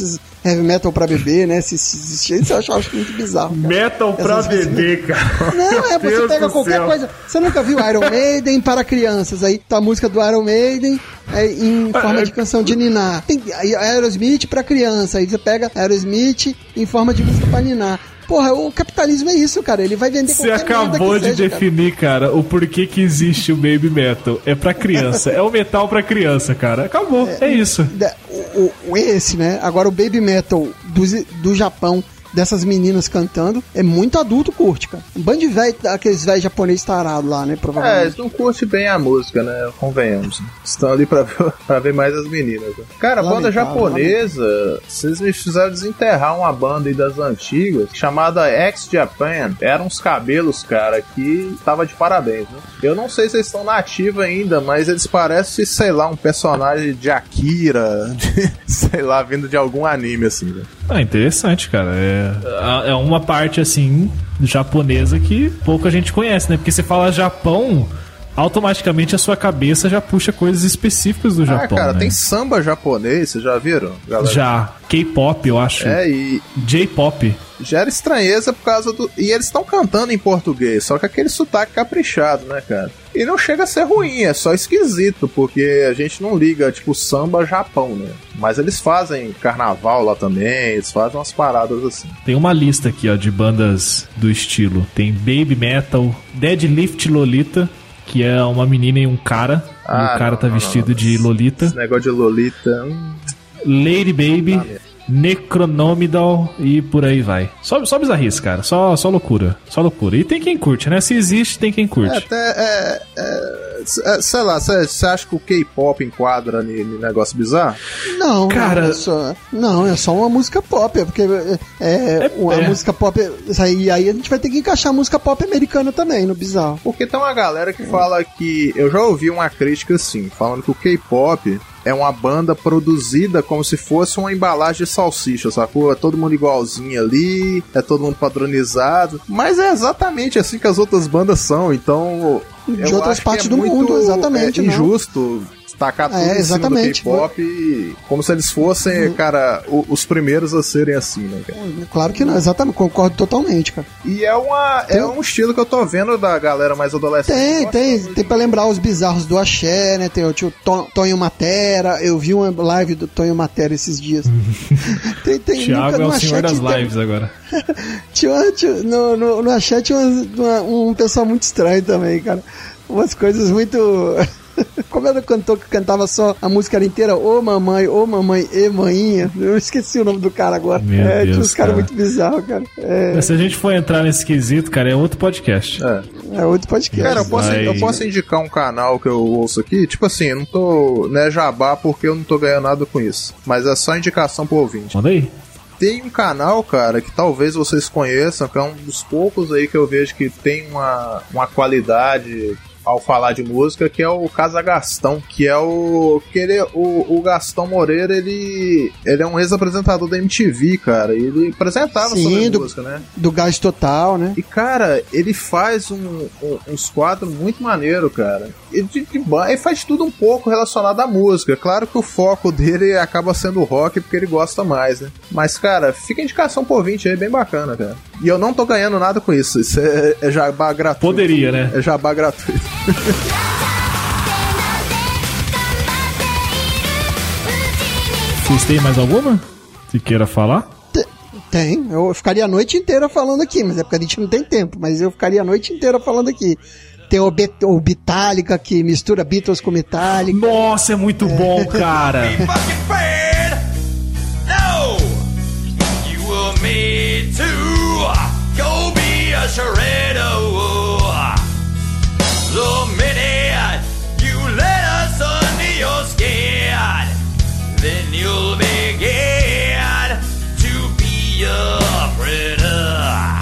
heavy metal pra bebê, né? Se existir, isso eu acho, acho muito bizarro. Cara. Metal pra Essas bebê, coisas... cara. Não, é, você Deus pega qualquer céu. coisa. Você nunca viu Iron Maiden para crianças? Aí tá a música do Iron Maiden é, em forma de canção de ninar. Tem aí, Aerosmith pra criança. Aí você pega Aerosmith em forma de música pra ninar. Porra, o capitalismo é isso, cara. Ele vai vender Você qualquer acabou merda que de seja, definir, cara. cara, o porquê que existe o baby metal. É pra criança. É o metal pra criança, cara. Acabou. É, é isso. O, o, esse, né? Agora o baby metal do, do Japão, dessas meninas cantando, é muito adulto curte, cara. Um bando de velho, aqueles velhos japoneses tarados lá, né? Provavelmente. É, eles não curtem bem a música, né? Convenhamos. Estão ali pra ver, pra ver mais as meninas. Né? Cara, a banda japonesa, lamentável. Vocês me fizeram desenterrar uma banda aí das antigas, chamada X-Japan. Eram uns cabelos, cara, que tava de parabéns, né? Eu não sei se eles estão na ativa ainda, mas eles parecem, sei lá, um personagem de Akira, de, sei lá, vindo de algum anime, assim, né? Ah, interessante, cara. É, é uma parte, assim, japonesa que pouca gente conhece, né? Porque você fala Japão, automaticamente a sua cabeça já puxa coisas específicas do ah, Japão, cara, né? tem samba japonês, vocês já viram? Galera? Já. K-pop, eu acho. É, e... J-pop. Gera estranheza por causa do... E eles estão cantando em português, só que aquele sotaque caprichado, né, cara? E não chega a ser ruim, é só esquisito, porque a gente não liga, tipo, samba Japão, né? Mas eles fazem carnaval lá também, eles fazem umas paradas assim. Tem uma lista aqui, ó, de bandas do estilo. Tem Baby Metal, Deadlift Lolita, que é uma menina e um cara. Ah, e o cara não, tá não, vestido não, não. de Lolita. Esse negócio de Lolita... Hum... Lady Baby... Ah, Necronomidal e por aí vai. Só, só bizarrice, cara. Só, só loucura. Só loucura. E tem quem curte, né? Se existe, tem quem curte. É, até, é, é, é, sei lá, você acha que o K-pop enquadra no negócio bizarro? Não, cara. Não é, só, não, é só uma música pop. É porque é, é, uma é. música pop. Aí, aí a gente vai ter que encaixar a música pop americana também, no bizarro. Porque tem uma galera que fala que. Eu já ouvi uma crítica assim, falando que o K-pop é uma banda produzida como se fosse uma embalagem de salsicha, sacou? É todo mundo igualzinho ali, é todo mundo padronizado. Mas é exatamente assim que as outras bandas são, então... De outras partes é do mundo, exatamente. É injusto tacar tudo é, em cima do K-pop como se eles fossem, uhum. cara, o, os primeiros a serem assim, né, cara? Claro que não, exatamente, concordo totalmente, cara. E é, uma, tem... é um estilo que eu tô vendo da galera mais adolescente. Tem, tem, tem pra lembrar os bizarros do axé, né, tem o tio Tonho Matera, eu vi uma live do Tonho Matera esses dias. tem, tem, Thiago é o senhor das lives tem... agora. tinha, tinha, no, no, no axé tinha uma, uma, um pessoal muito estranho também, cara. Umas coisas muito... Como era o cantor que cantava só a música era inteira, ô mamãe, ô mamãe e maninha. Eu esqueci o nome do cara agora. Meu é, Deus, tinha uns caras cara. muito bizarros, cara. É... Se a gente for entrar nesse quesito, cara, é outro podcast. É, é outro podcast. Cara, eu posso, Vai... eu posso indicar um canal que eu ouço aqui? Tipo assim, eu não tô, né, jabá porque eu não tô ganhando nada com isso. Mas é só indicação pro ouvinte. Manda aí. Tem um canal, cara, que talvez vocês conheçam, que é um dos poucos aí que eu vejo que tem uma, uma qualidade ao falar de música, que é o Casa Gastão, que é o que ele, o, o Gastão Moreira, ele ele é um ex-apresentador da M T V, cara, ele apresentava Sim, sobre do, música, né? Do Gás Total, né? E, cara, ele faz um, um, uns quadros muito maneiro, cara. Ele, ele faz tudo um pouco relacionado à música. Claro que o foco dele acaba sendo o rock, porque ele gosta mais, né? Mas, cara, fica a indicação por vinte aí, bem bacana, cara. E eu não tô ganhando nada com isso. Isso é, é jabá gratuito. Poderia, né? É jabá gratuito. Vocês têm mais alguma que queira falar? Tem, eu ficaria a noite inteira falando aqui, mas é porque a gente não tem tempo, mas eu ficaria a noite inteira falando aqui. Tem o, Bet- o Metallica, que mistura Beatles com Metallica. Nossa, é muito é. bom, cara. Then you'll begin to be a predator.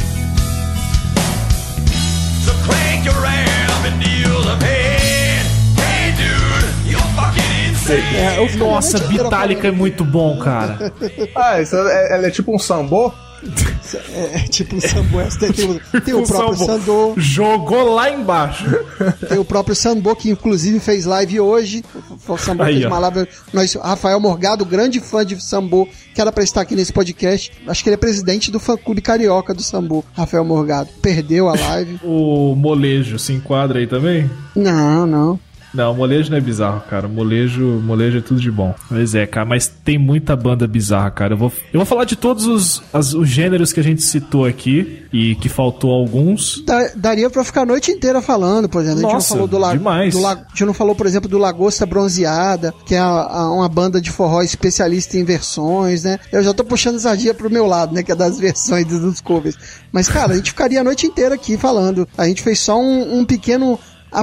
So crank your amp and deal the pain. Hey dude, you're fucking insane. É, nossa, Metallica é muito bom, cara. Ah, isso é, ela é tipo um sambô? É, tipo o Sambo. Tem o, tem o, O próprio Sambo Sandô. jogou lá embaixo. Tem o próprio Sambo, que inclusive fez live hoje. O Sambo Aí, fez ó. uma live. Nós, Rafael Morgado, grande fã de Sambo, que era pra estar aqui nesse podcast. Acho que ele é presidente do fã-clube carioca do Sambo, Rafael Morgado. Perdeu a live. O molejo se enquadra aí também? Não, não. Não, o molejo não é bizarro, cara. O molejo, molejo é tudo de bom. Pois é, cara, mas tem muita banda bizarra, cara. Eu vou, eu vou falar de todos os, as, os gêneros que a gente citou aqui e que faltou alguns. Da- daria pra ficar a noite inteira falando, por exemplo. A gente Nossa, não falou do, la- demais. do la- A gente não falou, por exemplo, do Lagosta Bronzeada, que é a- a- uma banda de forró especialista em versões, né? Eu já tô puxando sardinha pro meu lado, né? Que é das versões dos dos covers. Mas, cara, a gente ficaria a noite inteira aqui falando. A gente fez só um, um pequeno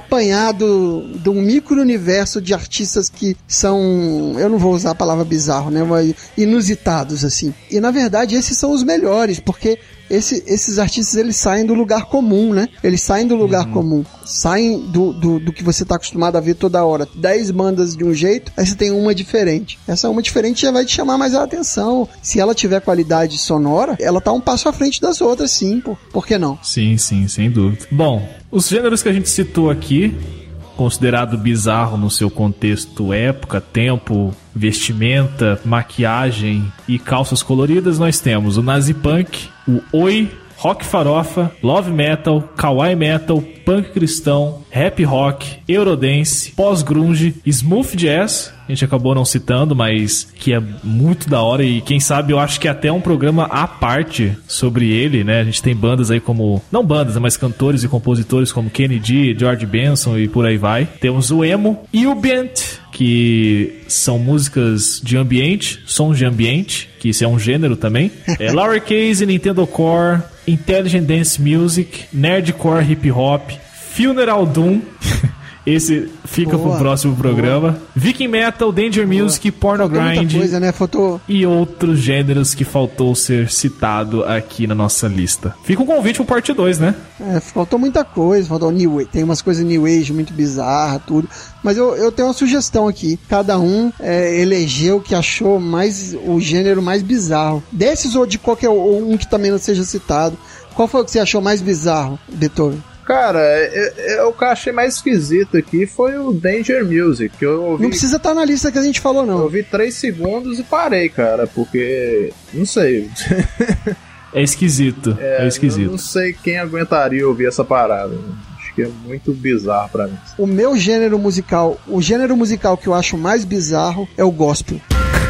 apanhado de um micro-universo de artistas que são, eu não vou usar a palavra bizarro, né, mas inusitados, assim. E, na verdade, esses são os melhores, porque esse, esses artistas, eles saem do lugar comum, né? Eles saem do lugar Uhum. comum. Saem do, do, do que você tá acostumado a ver toda hora. Dez bandas de um jeito, aí você tem uma diferente. Essa uma diferente já vai te chamar mais a atenção. Se ela tiver qualidade sonora, ela tá um passo à frente das outras, sim. Por, por que não? Sim, sim, sem dúvida. Bom, os gêneros que a gente citou aqui, considerado bizarro no seu contexto época, tempo, vestimenta, maquiagem e calças coloridas, nós temos o Nazi Punk, o Oi, Rock Farofa, Love Metal, Kawaii Metal, Punk Cristão, Rap Rock, Eurodance, Pós-Grunge, Smooth Jazz, a gente acabou não citando, mas que é muito da hora e quem sabe eu acho que é até um programa à parte sobre ele, né? A gente tem bandas aí como, não bandas, mas cantores e compositores como Kenny G, George Benson e por aí vai. Temos o Emo e o Ambient, que são músicas de ambiente, sons de ambiente, que isso é um gênero também. É Lowercase, Nintendo Core, Intelligent Dance Music, Nerdcore Hip Hop, Funeral Doom. Esse fica Boa, pro próximo programa. Viking Metal, Danger Music, Porno Faltou muita Grind coisa, né? Faltou... e outros gêneros que faltou ser citado aqui na nossa lista. Fica um convite pro parte dois, né? É, faltou muita coisa, faltou New Age, tem umas coisas New Age muito bizarras, tudo. Mas eu, eu tenho uma sugestão aqui. Cada um é, elegeu o que achou mais, o gênero mais bizarro. Desses ou de qualquer um que também não seja citado. Qual foi o que você achou mais bizarro, Beethoven? Cara, é, é, o que eu achei mais esquisito aqui foi o Danger Music. Que eu ouvi, Não precisa estar na lista que a gente falou, eu não. ouvi três segundos e parei, cara, porque. Não sei. É esquisito. É, Eu esquisito. não sei quem aguentaria ouvir essa parada. Acho que é muito bizarro pra mim. O meu gênero musical, o gênero musical que eu acho mais bizarro é o gospel.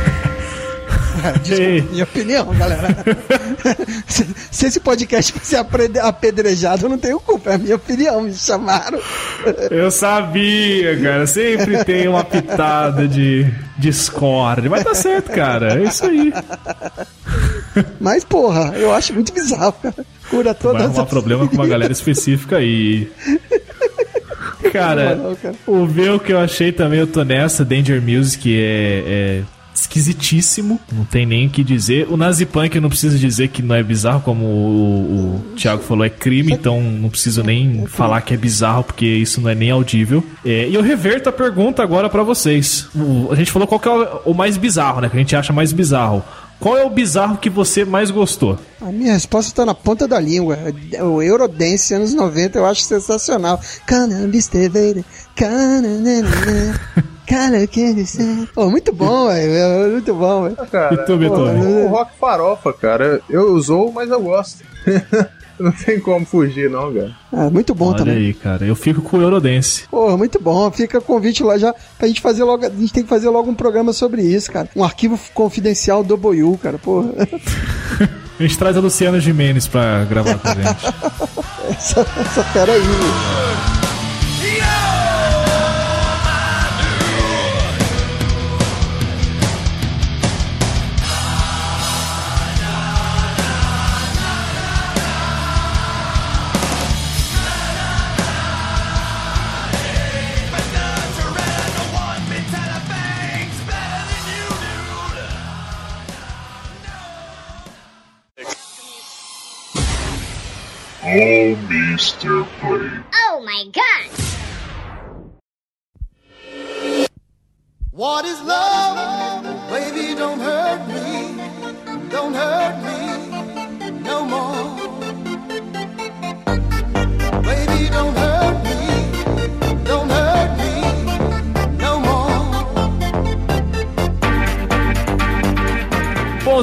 Desculpa, minha opinião, galera. se, se esse podcast fosse apre- apedrejado, eu não tenho culpa. É a minha opinião. Me chamaram. Eu sabia, cara. Sempre tem uma pitada de discórdia. Mas tá certo, cara. É isso aí. Mas, porra, eu acho muito bizarro, cara. Cura Vai todas arrumar as... problema com uma galera específica aí. Cara, Não, cara. o meu que eu achei também, eu tô nessa, Danger Music é, é esquisitíssimo, não tem nem o que dizer. O Nazi Punk eu não preciso dizer que não é bizarro, como o, o Thiago falou, é crime, então não preciso nem falar que é bizarro, porque isso não é nem audível. É, e eu reverto a pergunta agora pra vocês. O- a gente falou qual que é o, o mais bizarro, né, que a gente acha mais bizarro. Qual é o bizarro que você mais gostou? A minha resposta tá na ponta da língua. O Eurodance, anos noventa, eu acho sensacional. Cannabis T V, cananana, cara, que dizer. Oh, muito bom, velho. Muito bom, velho. Cara, E tu, Beethoven? o rock farofa, cara, eu usou, mas eu gosto. Não tem como fugir, não, cara. É, muito bom Olha também. aí, cara, eu fico com o Eurodance. Pô, muito bom. Fica o convite lá já pra gente fazer logo. A gente tem que fazer logo um programa sobre isso, cara. Um arquivo confidencial do Boiú, cara. Pô, A gente traz a Luciana Gimenez pra gravar com a gente. essa, essa fera aí, velho. Oh, mister Play. Oh my god! What is love? Baby, don't hurt me. Don't hurt me.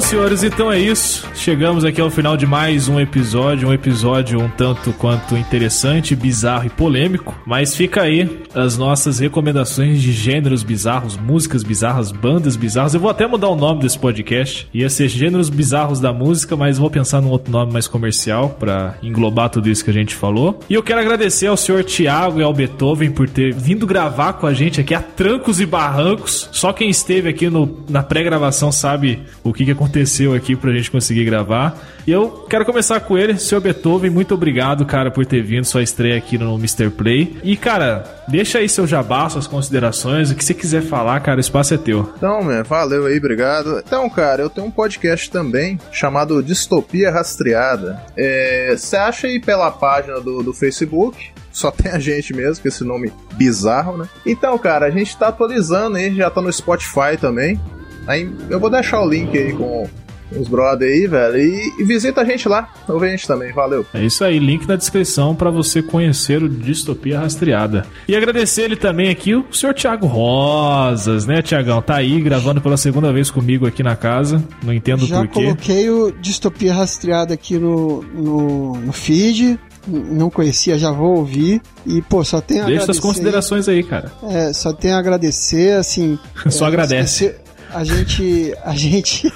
senhores, então é isso. Chegamos aqui ao final de mais um episódio, um episódio um tanto quanto interessante, bizarro e polêmico, mas fica aí as nossas recomendações de gêneros bizarros, músicas bizarras, bandas bizarras. Eu vou até mudar o nome desse podcast, ia ser Gêneros Bizarros da Música, mas vou pensar num outro nome mais comercial pra englobar tudo isso que a gente falou. E eu quero agradecer ao senhor Thiago e ao Beethoven por ter vindo gravar com a gente aqui a trancos e barrancos. Só quem esteve aqui no, na pré-gravação sabe o que, que aconteceu aqui pra gente conseguir gravar. E eu quero começar com ele, senhor Beethoven, muito obrigado, cara, por ter vindo, sua estreia aqui no mister Play. E, cara, deixa aí seu jabá, suas considerações, o que você quiser falar, cara, o espaço é teu. Então, man, valeu aí, obrigado. Então, cara, eu tenho um podcast também, chamado Distopia Rastreada. Você é, acha aí pela página do, do Facebook, só tem a gente mesmo, com esse nome bizarro, né? Então, cara, a gente tá atualizando aí, já tá no Spotify também. Aí eu vou deixar o link aí com os brother aí, velho, e, e visita a gente lá, ouve a gente também, valeu. É isso aí, link na descrição pra você conhecer o Distopia Rastreada. E agradecer ele também aqui, o senhor Thiago Rosas, né, Thiagão? Tá aí gravando pela segunda vez comigo aqui na casa, não entendo Já por quê. Já coloquei o Distopia Rastreada aqui no, no, no feed, não conhecia, já vou ouvir. E, pô, só tem a Deixa agradecer. suas considerações aí, cara. É, só tem a agradecer, assim... Só é, agradece. A gente... A gente...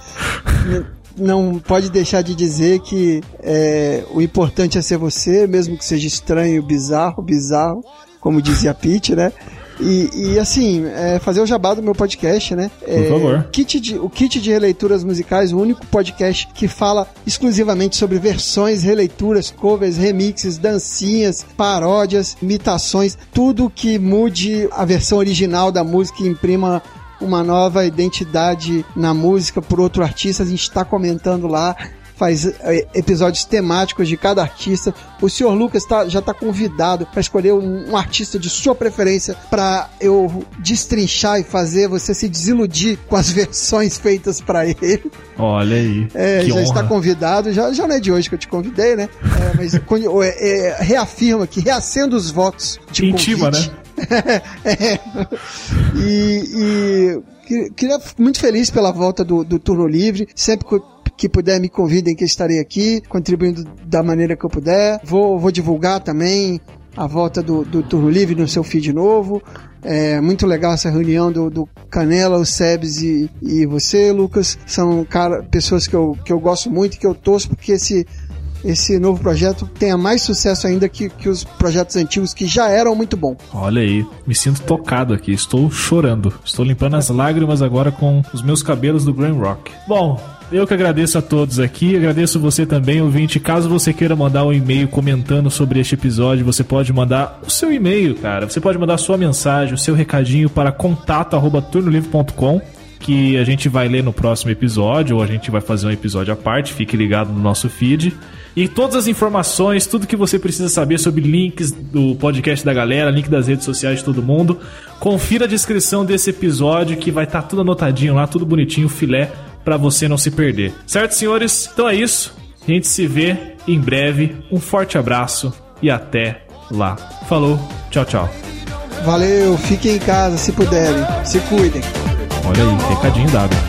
não pode deixar de dizer que é, o importante é ser você, mesmo que seja estranho, bizarro, bizarro, como dizia a Pete, né? E, e assim, é, fazer o jabá do meu podcast, né? É, Por favor. Kit de, o Kit de Releituras Musicais, o único podcast que fala exclusivamente sobre versões, releituras, covers, remixes, dancinhas, paródias, imitações, tudo que mude a versão original da música e imprima uma nova identidade na música por outro artista. A gente está comentando lá, faz é, episódios temáticos de cada artista. O senhor Lucas tá, já está convidado para escolher um, um artista de sua preferência para eu destrinchar e fazer você se desiludir com as versões feitas para ele. Olha aí, é, que já honra. Está convidado, já, já não é de hoje que eu te convidei, né? É, mas é, é, reafirma que reacendo os votos de Intima, convite. Né? é. E, e queria muito feliz pela volta do, do Turno Livre. Sempre que, que puder me convidem, que eu estarei aqui contribuindo da maneira que eu puder. Vou, vou divulgar também a volta do, do Turno Livre no seu feed novo. É muito legal essa reunião do, do Canela, o Sebes e, e você, Lucas. São cara, pessoas que eu, que eu gosto muito e que eu torço porque esse esse novo projeto tenha mais sucesso ainda que, que os projetos antigos, que já eram muito bons. Olha aí, me sinto tocado aqui, estou chorando, estou limpando as lágrimas agora com os meus cabelos do glam rock. Bom, eu que agradeço a todos aqui, agradeço você também, ouvinte. Caso você queira mandar um e-mail comentando sobre este episódio, você pode mandar o seu e-mail, cara. Você pode mandar a sua mensagem, o seu recadinho para contato arroba turno livre ponto com, que a gente vai ler no próximo episódio, ou a gente vai fazer um episódio à parte. Fique ligado no nosso feed. E todas as informações, tudo que você precisa saber sobre links do podcast da galera, link das redes sociais de todo mundo, confira a descrição desse episódio, que vai estar tudo anotadinho lá, tudo bonitinho, filé, pra você não se perder. Certo, senhores? Então é isso. A gente se vê em breve. Um forte abraço e até lá. Falou, tchau, tchau. Valeu, fiquem em casa se puderem. Se cuidem. Olha aí, recadinho dado.